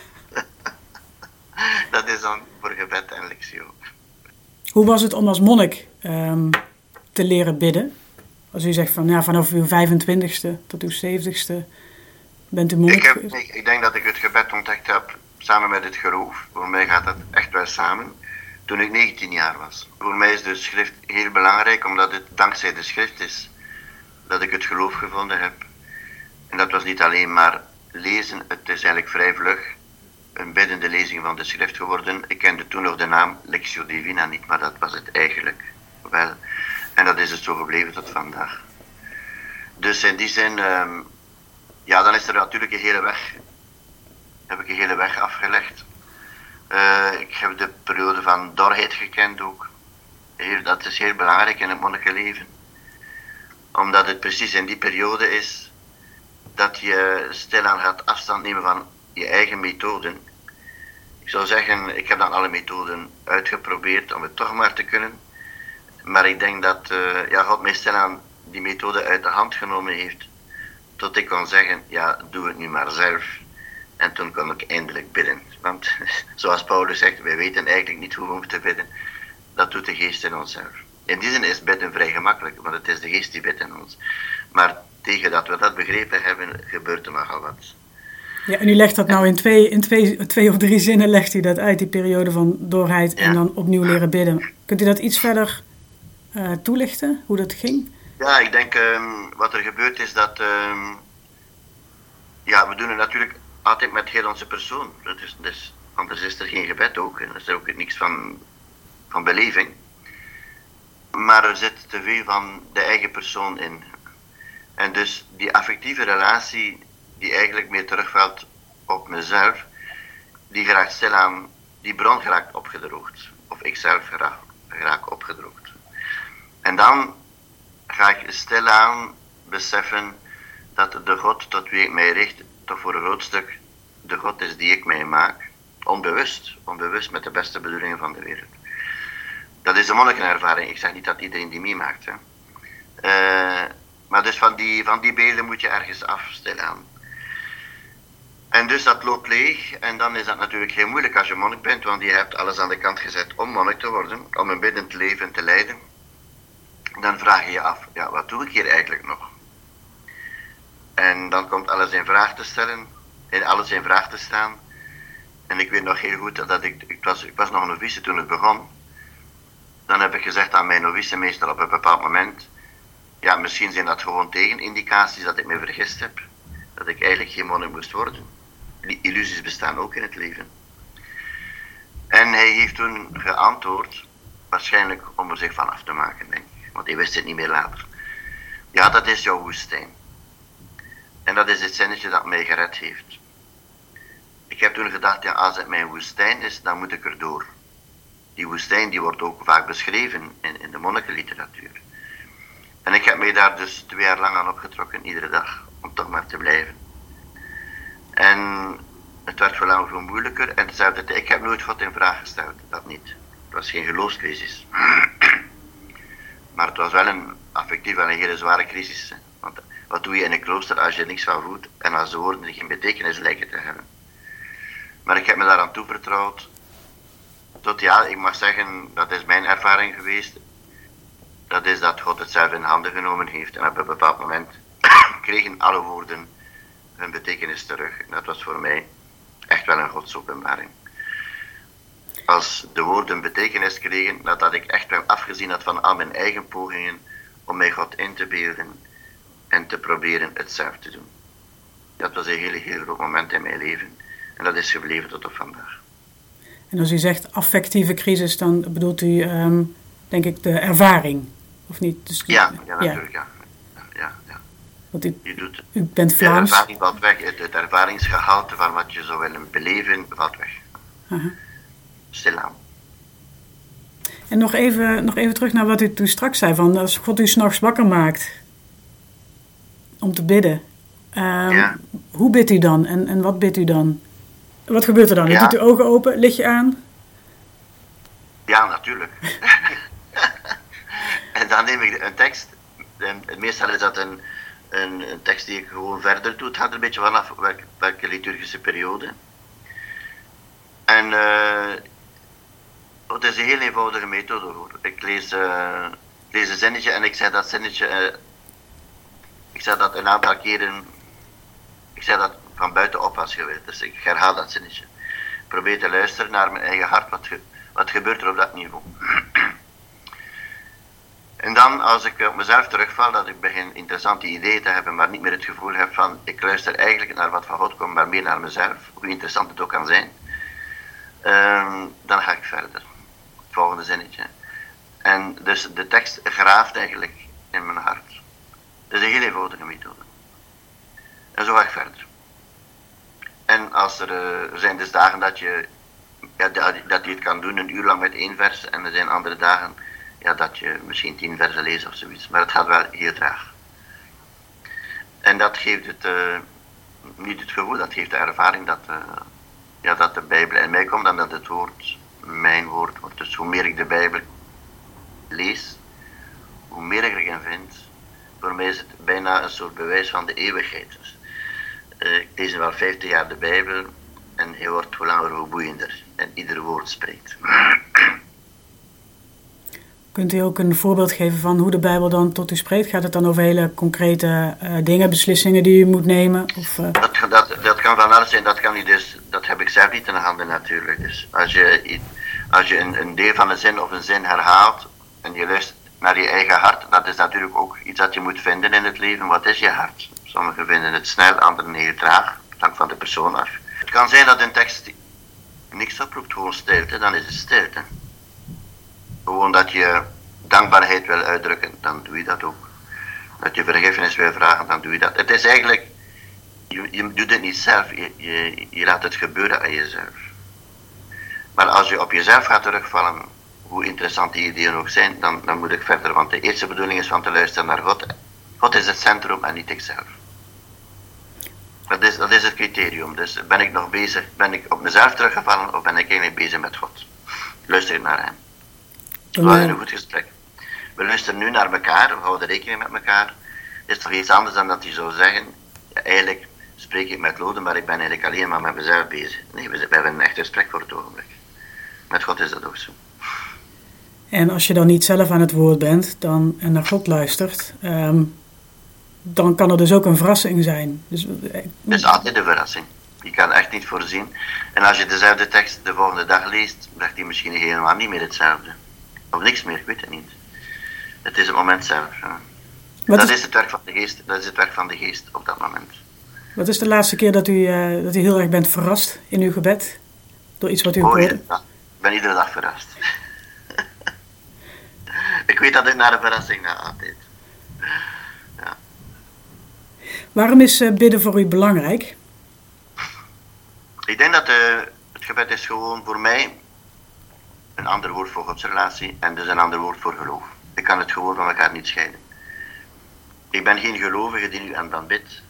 Dat is dan voor gebed en lectio. Hoe was het om als monnik te leren bidden? Als u zegt vanaf uw 25e tot uw 70e bent u monnik. Ik denk dat ik het gebed ontdekt heb samen met het geloof. Voor mij gaat dat echt wel samen. Toen ik 19 jaar was. Voor mij is de schrift heel belangrijk, omdat het dankzij de schrift is dat ik het geloof gevonden heb. En dat was niet alleen maar lezen, het is eigenlijk vrij vlug een biddende lezing van de schrift geworden. Ik kende toen nog de naam Lectio Divina niet, maar dat was het eigenlijk wel. En dat is het zo gebleven tot vandaag. Dus in die zin, dan is er natuurlijk heb ik een hele weg afgelegd. Ik heb de periode van dorheid gekend ook. Dat is heel belangrijk in het monnikenleven. Omdat het precies in die periode is dat je stilaan gaat afstand nemen van je eigen methoden. Ik zou zeggen, ik heb dan alle methoden uitgeprobeerd om het toch maar te kunnen. Maar ik denk dat God mij stilaan die methode uit de hand genomen heeft. Tot ik kon zeggen, doe het nu maar zelf. En toen kon ik eindelijk bidden. Want zoals Paulus zegt, wij weten eigenlijk niet hoe we moeten bidden. Dat doet de geest in onszelf. In die zin is bidden vrij gemakkelijk, want het is de geest die bidt in ons. Maar tegen dat we dat begrepen hebben, gebeurt er nogal wat. Ja, en u legt dat nou in twee of drie zinnen legt u dat uit, die periode van dorheid en dan opnieuw leren bidden. Kunt u dat iets verder toelichten, hoe dat ging? Ja, ik denk wat er gebeurt is dat we doen het natuurlijk altijd met heel onze persoon. Dus, anders is er geen gebed ook. En er is er ook niks van beleving. Maar er zit te veel van de eigen persoon in. En dus die affectieve relatie, die eigenlijk meer terugvalt op mezelf, die geraakt stilaan, die bron geraakt opgedroogd. Of ikzelf geraak opgedroogd. En dan ga ik stilaan beseffen dat de God tot wie ik mij richt, toch voor een groot stuk de God is die ik mij maak. Onbewust met de beste bedoelingen van de wereld. Dat is een monnikenervaring. Ik zeg niet dat iedereen die meemaakt. Maar dus van die beelden moet je ergens afstellen. En dus dat loopt leeg. En dan is dat natuurlijk heel moeilijk als je monnik bent. Want je hebt alles aan de kant gezet om monnik te worden. Om een biddend leven te leiden. Dan vraag je je af, ja, wat doe ik hier eigenlijk nog? En dan komt alles in vraag te stellen. En alles in vraag te staan. En ik weet nog heel goed dat ik was nog een novice toen het begon. Dan heb ik gezegd aan mijn novicemeester op een bepaald moment, ja, misschien zijn dat gewoon tegenindicaties dat ik me vergist heb. Dat ik eigenlijk geen monnik moest worden. Illusies bestaan ook in het leven. En hij heeft toen geantwoord, waarschijnlijk om er zich van af te maken, denk ik. Want hij wist het niet meer later. Ja, dat is jouw woestijn. En dat is het zinnetje dat mij gered heeft. Ik heb toen gedacht, ja, als het mijn woestijn is, dan moet ik erdoor. Die woestijn die wordt ook vaak beschreven in de monnikenliteratuur. En ik heb mij daar dus 2 jaar lang aan opgetrokken, iedere dag, om toch maar te blijven. En het werd voor lang veel moeilijker. En tezelfde tijd, ik heb nooit God in vraag gesteld, dat niet. Het was geen geloofscrisis. Maar het was wel een affectief en een hele zware crisis. Want wat doe je in een klooster als je er niks van voelt en als de woorden geen betekenis lijken te hebben? Maar ik heb me daaraan toevertrouwd. Tot, ja, ik mag zeggen, dat is mijn ervaring geweest. Dat is dat God het zelf in handen genomen heeft. En op een bepaald moment kregen alle woorden hun betekenis terug. En dat was voor mij echt wel een godsopenbaring. Als de woorden betekenis kregen, dat ik echt wel afgezien had van al mijn eigen pogingen om mij God in te beelden en te proberen het zelf te doen. Dat was een heel groot moment in mijn leven. En dat is gebleven tot op vandaag. En als u zegt affectieve crisis, dan bedoelt u, denk ik, de ervaring, of niet? Dus ja, natuurlijk, ja. Want u bent Vlaams. De ervaring valt weg, het ervaringsgehalte van wat je zou willen beleven valt weg. Stilaan. En nog even terug naar wat u toen straks zei, van als God u 's nachts wakker maakt om te bidden. Hoe bidt u dan en wat bidt u dan? Wat gebeurt er dan? U doet uw ogen open, licht je aan? Ja, natuurlijk. En dan neem ik een tekst. Meestal is dat een tekst die ik gewoon verder doe. Het hangt er een beetje vanaf welke liturgische periode. En het is een heel eenvoudige methode hoor. Ik lees een zinnetje en ik zeg dat zinnetje. Ik zeg dat een aantal keren. Ik zeg dat van buitenop als je wilt. Dus ik herhaal dat zinnetje. Ik probeer te luisteren naar mijn eigen hart. Wat gebeurt er op dat niveau? En dan, als ik op mezelf terugval, dat ik begin interessante ideeën te hebben, maar niet meer het gevoel heb van, ik luister eigenlijk naar wat van God komt, maar meer naar mezelf, hoe interessant het ook kan zijn, dan ga ik verder. Het volgende zinnetje. En dus de tekst graaft eigenlijk in mijn hart. Dat is een heel eenvoudige methode. En zo ga ik verder. En als er zijn dus dagen dat je het kan doen, 1 uur lang met 1 vers, en er zijn andere dagen dat je misschien 10 versen leest of zoiets. Maar het gaat wel heel traag. En dat geeft het, niet het gevoel, dat geeft de ervaring dat de Bijbel in mij komt en dat het woord mijn woord wordt. Dus hoe meer ik de Bijbel lees, hoe meer ik erin vind. Voor mij is het bijna een soort bewijs van de eeuwigheid. Dus, ik lees wel 50 jaar de Bijbel en hij wordt hoe langer hoe boeiender. En ieder woord spreekt. Kunt u ook een voorbeeld geven van hoe de Bijbel dan tot u spreekt? Gaat het dan over hele concrete dingen, beslissingen die u moet nemen? Of, Dat kan van alles zijn. Dat heb ik zelf niet in de handen natuurlijk. Dus als je een deel van een zin of een zin herhaalt en je luistert naar je eigen hart, dat is natuurlijk ook iets dat je moet vinden in het leven. Wat is je hart? Sommigen vinden het snel, anderen heel traag. Het hangt van de persoon af. Het kan zijn dat een tekst niks oproept, gewoon stilte, dan is het stilte. Gewoon dat je dankbaarheid wil uitdrukken, dan doe je dat ook. Dat je vergiffenis wil vragen, dan doe je dat. Het is eigenlijk, je doet het niet zelf, je laat het gebeuren aan jezelf. Maar als je op jezelf gaat terugvallen, hoe interessant die ideeën ook zijn, dan moet ik verder. Want de eerste bedoeling is van te luisteren naar God. God is het centrum en niet ikzelf. Dat is het criterium. Dus ben ik nog bezig, ben ik op mezelf teruggevallen of ben ik eigenlijk bezig met God? Luister naar hem. We hadden een goed gesprek. We luisteren nu naar elkaar, we houden rekening met elkaar. Het is toch iets anders dan dat hij zou zeggen, ja, eigenlijk spreek ik met Lode, maar ik ben eigenlijk alleen maar met mezelf bezig. Nee, we hebben een echt gesprek voor het ogenblik. Met God is dat ook zo. En als je dan niet zelf aan het woord bent en naar God luistert, dan kan er dus ook een verrassing zijn. Dus, het is altijd een verrassing. Je kan echt niet voorzien. En als je dezelfde tekst de volgende dag leest, zegt hij misschien helemaal niet meer hetzelfde. Of niks meer, ik weet het niet. Het is het moment zelf. Ja. Dat is het werk van de geest. Dat is het werk van de geest op dat moment. Wat is de laatste keer dat u heel erg bent verrast in uw gebed? Door iets wat u hoorde? Ik ben iedere dag verrast. Ik weet dat ik naar een verrassing ga altijd. Ja. Waarom is bidden voor u belangrijk? Ik denk dat het gebed is gewoon voor mij een ander woord voor Gods relatie en dus een ander woord voor geloof. Ik kan het gewoon van elkaar niet scheiden. Ik ben geen gelovige die nu en dan bidt.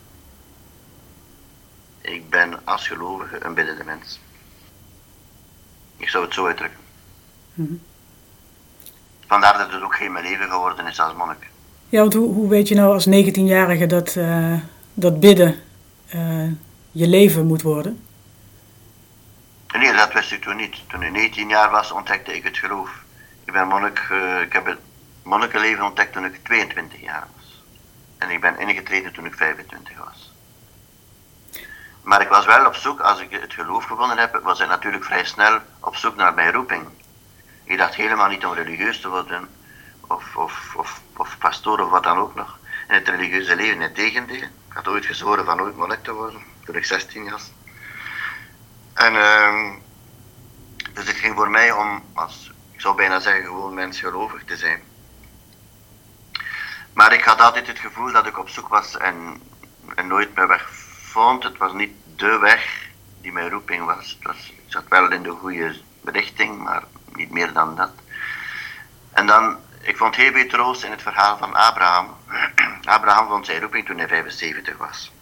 Ik ben als gelovige een biddende mens. Ik zou het zo uitdrukken. Mm-hmm. Vandaar dat het ook geen mijn leven geworden is als monnik. Ja, want hoe weet je nou als 19-jarige dat bidden je leven moet worden? Nee, dat wist ik toen niet. Toen ik 19 jaar was, ontdekte ik het geloof. Ik ben monnik, ik heb het monnikenleven ontdekt toen ik 22 jaar was. En ik ben ingetreden toen ik 25 was. Maar ik was wel op zoek, als ik het geloof gevonden heb, was ik natuurlijk vrij snel op zoek naar mijn roeping. Ik dacht helemaal niet om religieus te worden, of pastoor of wat dan ook nog. In het religieuze leven, integendeel. Ik had ooit gezworen van ooit monnik te worden, toen ik 16 was. En dus het ging voor mij om, ik zou bijna zeggen, gewoon mensgelovig te zijn. Maar ik had altijd het gevoel dat ik op zoek was en nooit mijn weg vond. Het was niet de weg die mijn roeping was. Ik zat wel in de goede richting, maar niet meer dan dat. En dan, ik vond heel veel troost in het verhaal van Abraham. Abraham vond zijn roeping toen hij 75 was.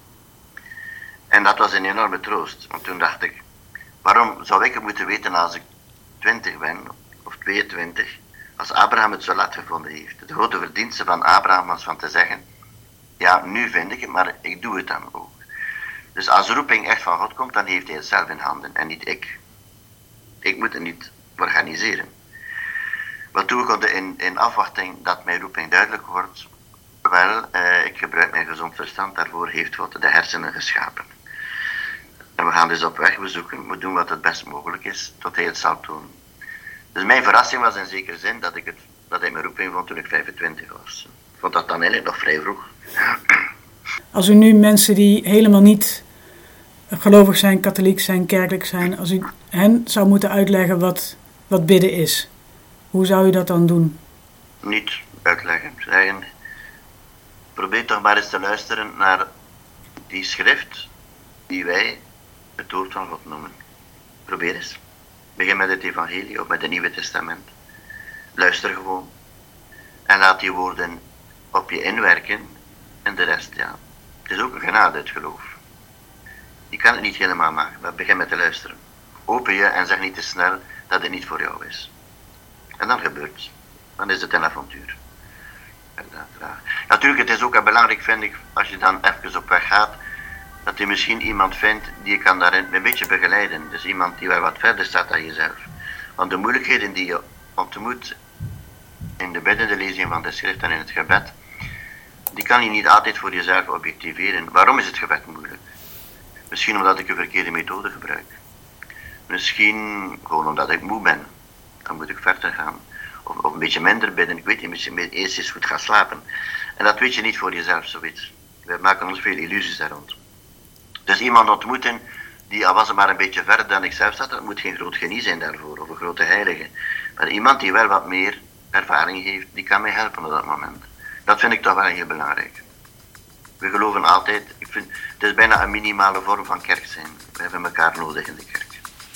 En dat was een enorme troost, want toen dacht ik, waarom zou ik het moeten weten als ik 20 ben, of 22, als Abraham het zo laat gevonden heeft. De grote verdienste van Abraham was van te zeggen, ja, nu vind ik het, maar ik doe het dan ook. Dus als roeping echt van God komt, dan heeft hij het zelf in handen en niet ik. Ik moet het niet organiseren. Wat doe ik in afwachting dat mijn roeping duidelijk wordt? Wel, ik gebruik mijn gezond verstand, daarvoor heeft God de hersenen geschapen. En we gaan dus op weg bezoeken, we doen wat het best mogelijk is, tot hij het zal doen. Dus mijn verrassing was in zekere zin dat hij mijn roeping vond toen ik 25 was. Ik vond dat dan eigenlijk nog vrij vroeg. Als u nu mensen die helemaal niet gelovig zijn, katholiek zijn, kerkelijk zijn, als u hen zou moeten uitleggen wat bidden is, hoe zou u dat dan doen? Niet uitleggen, zeggen, probeer toch maar eens te luisteren naar die schrift die wij het woord van God noemen. Probeer eens. Begin met het evangelie of met het Nieuwe Testament. Luister gewoon. En laat die woorden op je inwerken. En de rest, ja. Het is ook een genade, het geloof. Je kan het niet helemaal maken, maar begin met te luisteren. Open je en zeg niet te snel dat het niet voor jou is. En dan gebeurt het. Dan is het een avontuur. Natuurlijk, het is ook belangrijk, vind ik, als je dan even op weg gaat, dat je misschien iemand vindt die je kan daarin een beetje begeleiden. Dus iemand die wel wat verder staat dan jezelf. Want de moeilijkheden die je ontmoet in de biddende lezing van de schrift en in het gebed, die kan je niet altijd voor jezelf objectiveren. Waarom is het gebed moeilijk? Misschien omdat ik een verkeerde methode gebruik. Misschien gewoon omdat ik moe ben. Dan moet ik verder gaan. Of een beetje minder bidden. Ik weet niet, misschien eerst eens goed gaan slapen. En dat weet je niet voor jezelf, zoiets. We maken ons veel illusies daar rond. Dus iemand ontmoeten, die al was het maar een beetje verder dan ik zelf zat, dat moet geen groot genie zijn daarvoor, of een grote heilige. Maar iemand die wel wat meer ervaring heeft, die kan mij helpen op dat moment. Dat vind ik toch wel heel belangrijk. We geloven altijd, het is bijna een minimale vorm van kerk zijn. We hebben elkaar nodig in de kerk.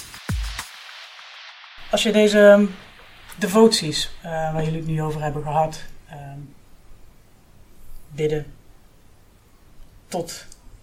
Als je deze devoties, waar jullie het nu over hebben gehad, bidden tot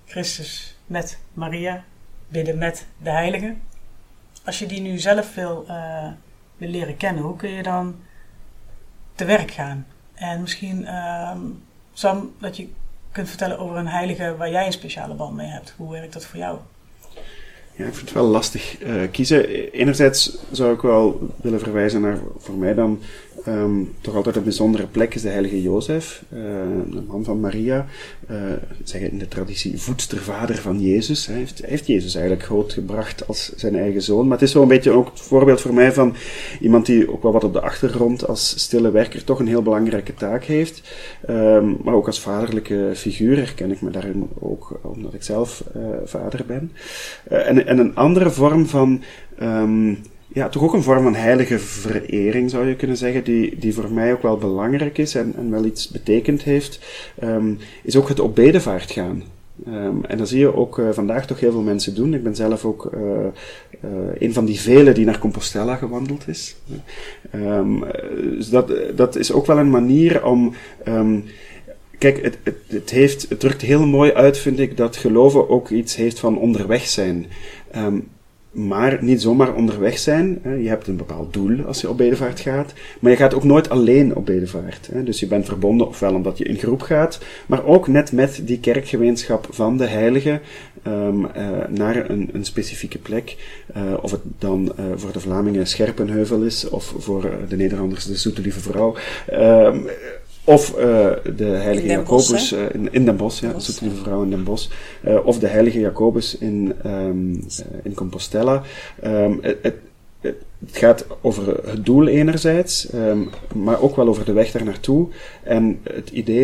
Christus met Maria, bidden met de heiligen. Als je die nu zelf wil leren kennen, hoe kun je dan te werk gaan? En misschien, Sam, dat je kunt vertellen over een heilige waar jij een speciale band mee hebt. Hoe werkt dat voor jou? Ja, ik vind het wel lastig kiezen. Enerzijds zou ik wel willen verwijzen naar, voor mij dan, toch altijd een bijzondere plek is de heilige Jozef, de man van Maria. Zeggen in de traditie voedstervader van Jezus. Hij heeft Jezus eigenlijk grootgebracht als zijn eigen zoon. Maar het is wel een beetje ook het voorbeeld voor mij van iemand die ook wel wat op de achtergrond als stille werker toch een heel belangrijke taak heeft. Maar ook als vaderlijke figuur herken ik me daarin ook, omdat ik zelf vader ben. En een andere vorm van, toch ook een vorm van heilige verering zou je kunnen zeggen, die voor mij ook wel belangrijk is en wel iets betekend heeft, is ook het op bedevaart gaan. En dat zie je ook vandaag toch heel veel mensen doen. Ik ben zelf ook een van die velen die naar Compostela gewandeld is. Dus dat is ook wel een manier om... Kijk, het drukt heel mooi uit, vind ik, dat geloven ook iets heeft van onderweg zijn. Maar niet zomaar onderweg zijn. Je hebt een bepaald doel als je op bedevaart gaat. Maar je gaat ook nooit alleen op bedevaart. Dus je bent verbonden, ofwel omdat je in groep gaat, maar ook net met die kerkgemeenschap van de heiligen naar een specifieke plek. Of het dan voor de Vlamingen Scherpenheuvel is, of voor de Nederlanders de Zoete Lieve Vrouw. Of de heilige Jacobus in Den Bosch, de Zoete Lieve Vrouw in Den Bosch. Of de heilige Jacobus in Compostela. Het gaat over het doel enerzijds, maar ook wel over de weg daar naartoe. En het idee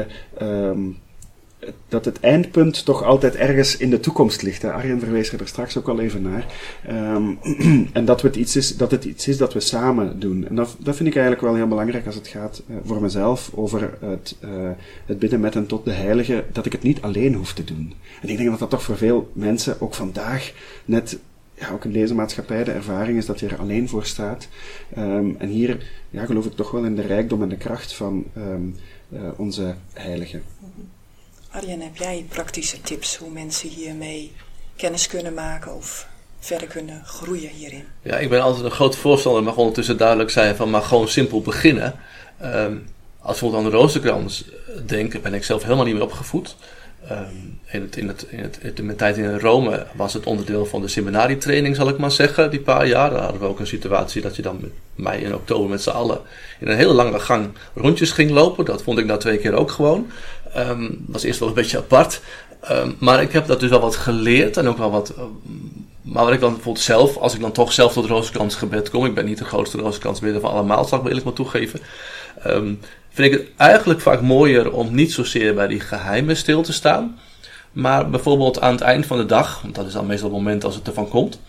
dat het eindpunt toch altijd ergens in de toekomst ligt. Hè? Arjen verwees er straks ook al even naar. En dat het iets is dat we samen doen. En dat vind ik eigenlijk wel heel belangrijk als het gaat voor mezelf over het bidden met en tot de heilige, dat ik het niet alleen hoef te doen. En ik denk dat dat toch voor veel mensen, ook vandaag, net... Ja, ook in deze maatschappij de ervaring is dat je er alleen voor staat. En hier geloof ik toch wel in de rijkdom en de kracht van onze heiligen. Arjen, heb jij praktische tips hoe mensen hiermee kennis kunnen maken of verder kunnen groeien hierin? Ja, ik ben altijd een groot voorstander, mag ondertussen duidelijk zijn, van maar gewoon simpel beginnen. Als we bijvoorbeeld aan de Rozenkrans denken, ben ik zelf helemaal niet meer opgevoed. In mijn tijd in Rome was het onderdeel van de seminarietraining, zal ik maar zeggen, die paar jaar. Daar hadden we ook een situatie dat je dan met mij in oktober met z'n allen in een hele lange gang rondjes ging lopen. Dat vond ik nou 2 keer ook gewoon. Dat was eerst wel een beetje apart. Maar ik heb dat dus wel wat geleerd en ook wel wat... maar wat ik dan bijvoorbeeld zelf, als ik dan toch zelf tot Rozenkransgebed kom, ik ben niet de grootste Rozenkransbidder van allemaal, zal ik me eerlijk maar toegeven, vind ik het eigenlijk vaak mooier om niet zozeer bij die geheimen stil te staan, maar bijvoorbeeld aan het eind van de dag, want dat is dan meestal het moment als het ervan komt,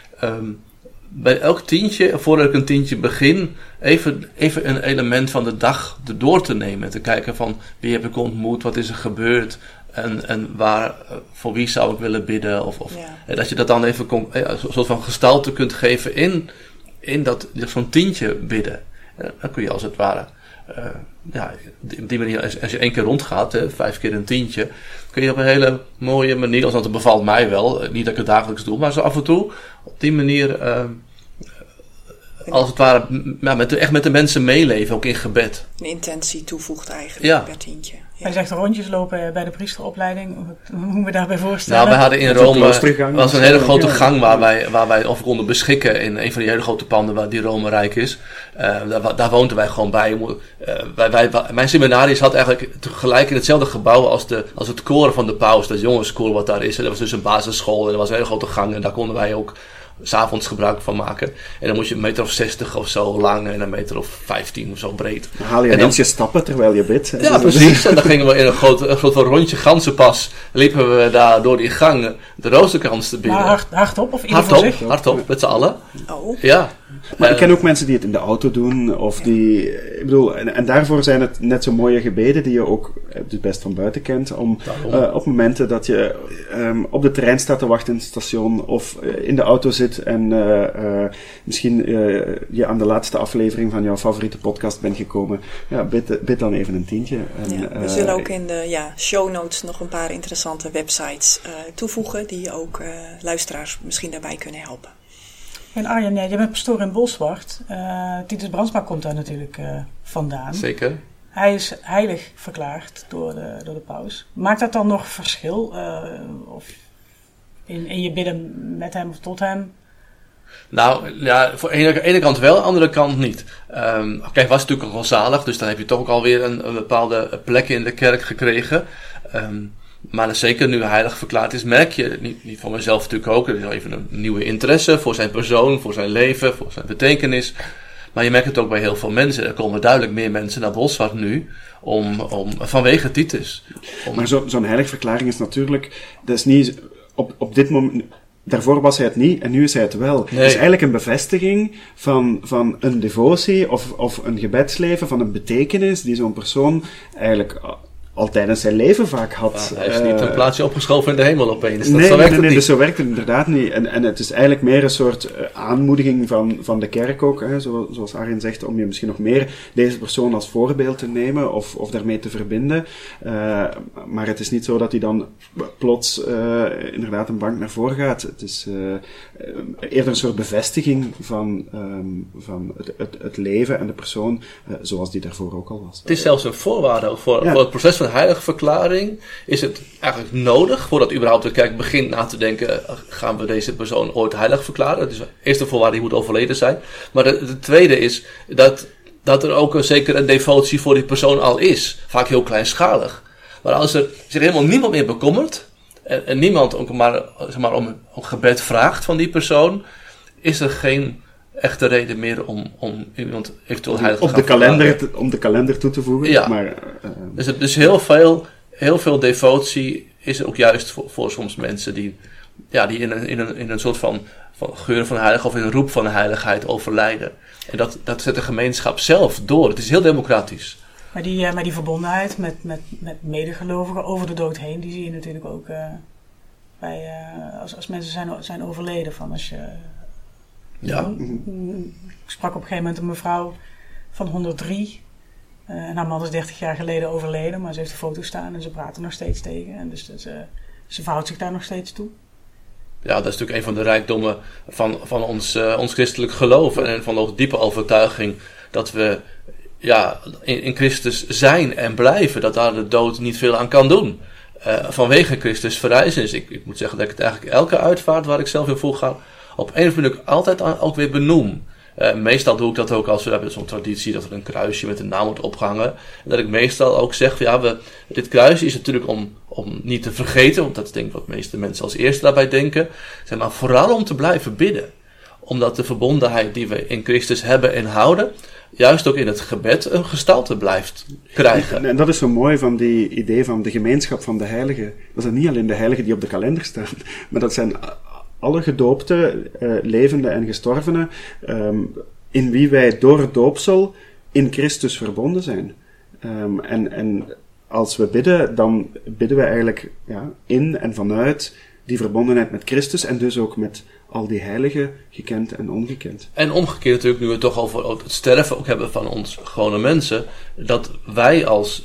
bij elk tientje, voordat ik een tientje begin, even een element van de dag erdoor te nemen en te kijken van wie heb ik ontmoet, wat is er gebeurd en waar, voor wie zou ik willen bidden of dat je dat dan even een soort van gestalte kunt geven in zo'n tientje bidden. Dan kun je als het ware op die manier, als je 1 keer rondgaat, 5 keer een tientje, kun je op een hele mooie manier, althans dat bevalt mij wel, niet dat ik het dagelijks doe, maar zo af en toe op die manier als het ware echt met de mensen meeleven, ook in gebed. Een intentie toevoegt eigenlijk per tientje. Ja. Hij zegt rondjes lopen bij de priesteropleiding. Hoe moeten we daarbij voorstellen? Nou, we hadden in Rome was een hele grote gang waar wij over konden beschikken in een van die hele grote panden waar die Rome rijk is. Daar woonden wij gewoon bij. Mijn seminarie had eigenlijk gelijk in hetzelfde gebouw als het koren van de paus, dat jongenskoor wat daar is. En dat was dus een basisschool en er was een hele grote gang en daar konden wij ook 's avonds gebruik van maken. En dan moet je 1,60 meter of zo lang en 1,15 meter of zo breed. Dan haal je ineens je stappen terwijl je bidt. Ja, precies. En dan gingen we in een groot rondje ganzenpas. Liepen we daar door die gang de Rozenkrans te bidden. Maar hardop of ieder voor zich? Hardop, met z'n allen. Oh. Ja. Maar ik ken ook mensen die het in de auto doen, of die, ik bedoel, en daarvoor zijn het net zo mooie gebeden die je ook dus best van buiten kent, om op momenten dat je op de trein staat te wachten in het station, of in de auto zit en misschien je aan de laatste aflevering van jouw favoriete podcast bent gekomen, ja, bid dan even een tientje. En, we zullen ook in de show notes nog een paar interessante websites toevoegen, die ook luisteraars misschien daarbij kunnen helpen. En Arjen, jij bent pastoor in Bolsward. Titus Brandsma komt daar natuurlijk vandaan. Zeker. Hij is heilig verklaard door de paus. Maakt dat dan nog verschil? Of in je bidden met hem of tot hem? Nou, ja, voor de ene kant wel, aan de andere kant niet. Kijk, was natuurlijk ook wel zalig, dus dan heb je toch ook alweer een bepaalde plek in de kerk gekregen. Maar zeker nu hij heilig verklaard is, merk je, niet van mezelf natuurlijk ook, er is even een nieuwe interesse voor zijn persoon, voor zijn leven, voor zijn betekenis. Maar je merkt het ook bij heel veel mensen. Er komen duidelijk meer mensen naar Bolsward nu, vanwege Titus. Maar zo'n heiligverklaring is natuurlijk, dat is niet op dit moment. Daarvoor was hij het niet en nu is hij het wel. Het is eigenlijk een bevestiging van een devotie of een gebedsleven, van een betekenis die zo'n persoon eigenlijk al tijdens zijn leven vaak had. Hij is niet een plaatsje opgeschoven in de hemel opeens. Nee, dus zo werkt het inderdaad niet. En het is eigenlijk meer een soort aanmoediging van de kerk ook, hè, zoals Arjen zegt, om je misschien nog meer deze persoon als voorbeeld te nemen of daarmee te verbinden. Maar het is niet zo dat hij dan plots inderdaad een bank naar voren gaat. Het is eerder een soort bevestiging van het leven en de persoon zoals die daarvoor ook al was. Het is zelfs een voorwaarde voor het proces van heilige verklaring. Is het eigenlijk nodig, voordat überhaupt de kerk begint na te denken, gaan we deze persoon ooit heilig verklaren? Dus de eerste voorwaarde, die moet overleden zijn. Maar de tweede is dat er ook zeker een devotie voor die persoon al is. Vaak heel kleinschalig. Maar als er zich helemaal niemand meer bekommert, en niemand ook maar om gebed vraagt van die persoon, is er geen echte reden meer om iemand eventueel heilig te gaan verklaren. Om de kalender toe te voegen. Ja. Maar, Dus heel veel devotie is ook juist voor soms mensen die in een soort van geur van heilig of in een roep van heiligheid overlijden. En dat zet de gemeenschap zelf door. Het is heel democratisch. Maar die verbondenheid met medegelovigen over de dood heen, die zie je natuurlijk ook als mensen zijn overleden. Van als je, ik sprak op een gegeven moment een mevrouw van 103. En haar man is 30 jaar geleden overleden, maar ze heeft een foto staan en ze praten nog steeds tegen. En dus ze verhoudt zich daar nog steeds toe. Ja, dat is natuurlijk een van de rijkdommen van ons christelijk geloof en van de diepe overtuiging dat we in Christus zijn en blijven, dat daar de dood niet veel aan kan doen. Vanwege Christus verrijzenis. Ik moet zeggen dat ik het eigenlijk elke uitvaart waar ik zelf in volga, op een of andere manier altijd ook weer benoem. Meestal doe ik dat ook als we hebben zo'n traditie dat er een kruisje met een naam wordt opgehangen. En dat ik meestal ook zeg, dit kruisje is natuurlijk om niet te vergeten, want dat is denk ik wat de meeste mensen als eerste daarbij denken. Maar vooral om te blijven bidden. Omdat de verbondenheid die we in Christus hebben en houden, juist ook in het gebed een gestalte blijft krijgen. En dat is zo mooi van die idee van de gemeenschap van de heiligen. Dat zijn niet alleen de heiligen die op de kalender staan, maar dat zijn alle gedoopte, levende en gestorvenen, in wie wij door het doopsel in Christus verbonden zijn. En als we bidden, dan bidden we eigenlijk in en vanuit die verbondenheid met Christus en dus ook met al die heiligen, gekend en ongekend. En omgekeerd natuurlijk, nu we het toch over het sterven ook hebben van ons gewone mensen, dat wij als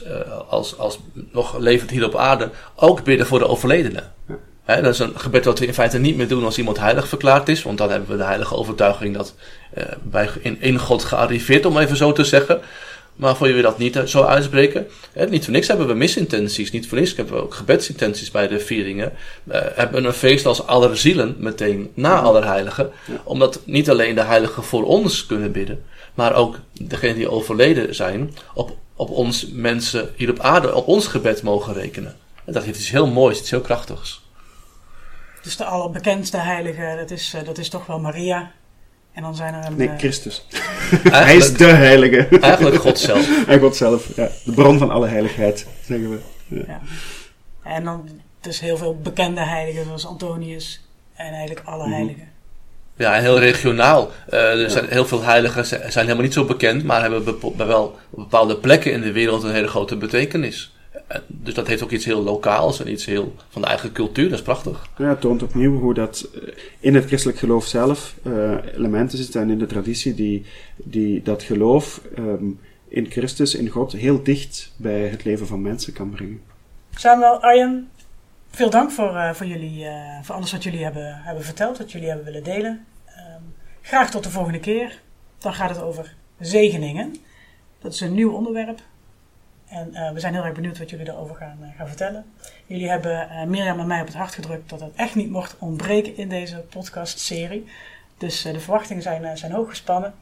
nog levend hier op aarde ook bidden voor de overledenen. Ja. Dat is een gebed wat we in feite niet meer doen als iemand heilig verklaard is, want dan hebben we de heilige overtuiging dat in God gearriveerd, om even zo te zeggen. Maar voor je dat niet zo uitspreken. Niet voor niks hebben we misintenties. Niet voor niks hebben we ook gebedsintenties bij de vieringen. Hebben we een feest als Allerzielen meteen na Allerheiligen. Ja. Omdat niet alleen de heiligen voor ons kunnen bidden. Maar ook degenen die overleden zijn. Op ons mensen hier op aarde op ons gebed mogen rekenen. En dat heeft iets heel moois, iets heel krachtigs. Dus de allerbekendste heilige, dat is toch wel Maria. En dan zijn er Nee, Christus. Hij is de heilige. Eigenlijk God zelf. En God zelf, ja. De bron van alle heiligheid, zeggen we. Ja. En dan dus heel veel bekende heiligen, zoals Antonius en eigenlijk alle heiligen. Ja, heel regionaal. Er zijn heel veel heiligen zijn helemaal niet zo bekend, maar hebben wel op bepaalde plekken in de wereld een hele grote betekenis. Dus dat heeft ook iets heel lokaals en iets heel van de eigen cultuur. Dat is prachtig. Ja, het toont opnieuw hoe dat in het christelijk geloof zelf elementen zitten en in de traditie die dat geloof in Christus, in God, heel dicht bij het leven van mensen kan brengen. Samuel, Arjen, veel dank voor jullie, voor alles wat jullie hebben verteld, wat jullie hebben willen delen. Graag tot de volgende keer. Dan gaat het over zegeningen. Dat is een nieuw onderwerp. En we zijn heel erg benieuwd wat jullie daarover gaan vertellen. Jullie hebben Mirjam en mij op het hart gedrukt dat het echt niet mocht ontbreken in deze podcastserie. Dus de verwachtingen zijn hoog gespannen.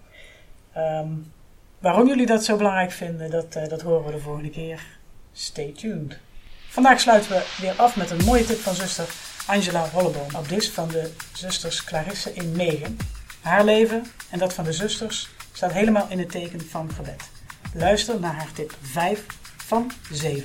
Waarom jullie dat zo belangrijk vinden, dat horen we de volgende keer. Stay tuned. Vandaag sluiten we weer af met een mooie tip van zuster Angela Holleboom. Abdis van de zusters Clarisse in Megen. Haar leven en dat van de zusters staat helemaal in het teken van gebed. Luister naar haar tip 5 van 7.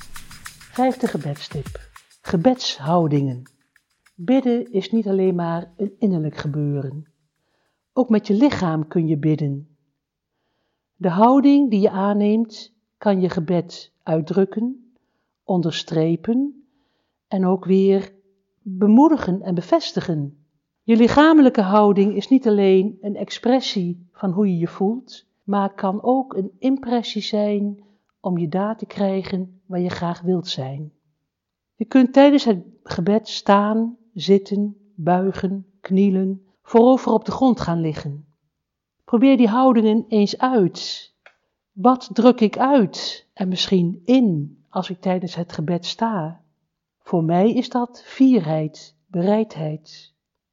5e gebedstip. Gebedshoudingen. Bidden is niet alleen maar een innerlijk gebeuren. Ook met je lichaam kun je bidden. De houding die je aanneemt kan je gebed uitdrukken, onderstrepen en ook weer bemoedigen en bevestigen. Je lichamelijke houding is niet alleen een expressie van hoe je je voelt, maar kan ook een impressie zijn om je daar te krijgen waar je graag wilt zijn. Je kunt tijdens het gebed staan, zitten, buigen, knielen, voorover op de grond gaan liggen. Probeer die houdingen eens uit. Wat druk ik uit en misschien in als ik tijdens het gebed sta? Voor mij is dat fierheid, bereidheid.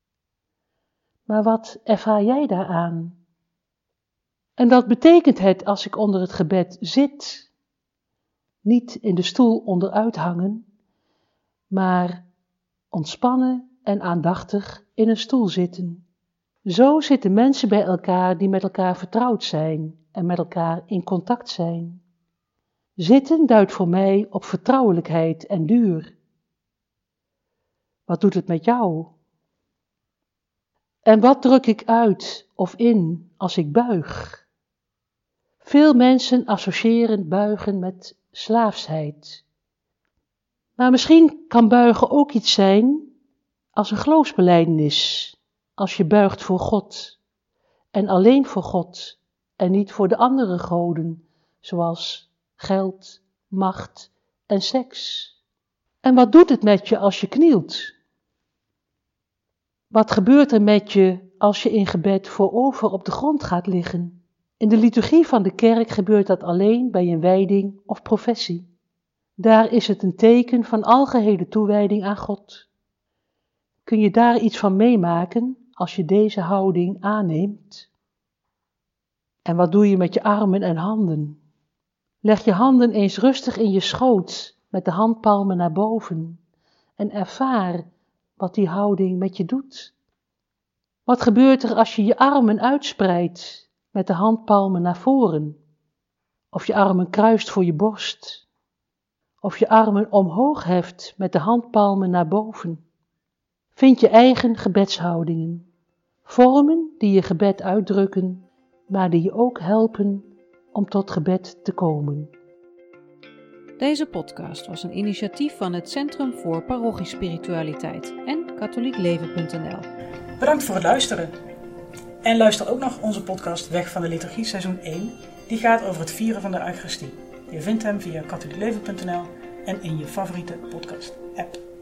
Maar wat ervaar jij daaraan? En wat betekent het als ik onder het gebed zit? Niet in de stoel onderuit hangen, maar ontspannen en aandachtig in een stoel zitten. Zo zitten mensen bij elkaar die met elkaar vertrouwd zijn en met elkaar in contact zijn. Zitten duidt voor mij op vertrouwelijkheid en duur. Wat doet het met jou? En wat druk ik uit of in als ik buig? Veel mensen associëren buigen met slaafsheid. Maar misschien kan buigen ook iets zijn als een geloofsbelijdenis, als je buigt voor God en alleen voor God en niet voor de andere goden, zoals geld, macht en seks. En wat doet het met je als je knielt? Wat gebeurt er met je als je in gebed voorover op de grond gaat liggen? In de liturgie van de kerk gebeurt dat alleen bij een wijding of professie. Daar is het een teken van algehele toewijding aan God. Kun je daar iets van meemaken als je deze houding aanneemt? En wat doe je met je armen en handen? Leg je handen eens rustig in je schoot met de handpalmen naar boven en ervaar wat die houding met je doet. Wat gebeurt er als je je armen uitspreidt met de handpalmen naar voren? Of je armen kruist voor je borst? Of je armen omhoog heft met de handpalmen naar boven? Vind je eigen gebedshoudingen, vormen die je gebed uitdrukken, maar die je ook helpen om tot gebed te komen. Deze podcast was een initiatief van het Centrum voor Parochiespiritualiteit en katholiekleven.nl. Bedankt voor het luisteren. En luister ook nog onze podcast Weg van de Liturgie seizoen 1. Die gaat over het vieren van de Eucharistie. Je vindt hem via katholiekleven.nl en in je favoriete podcast app.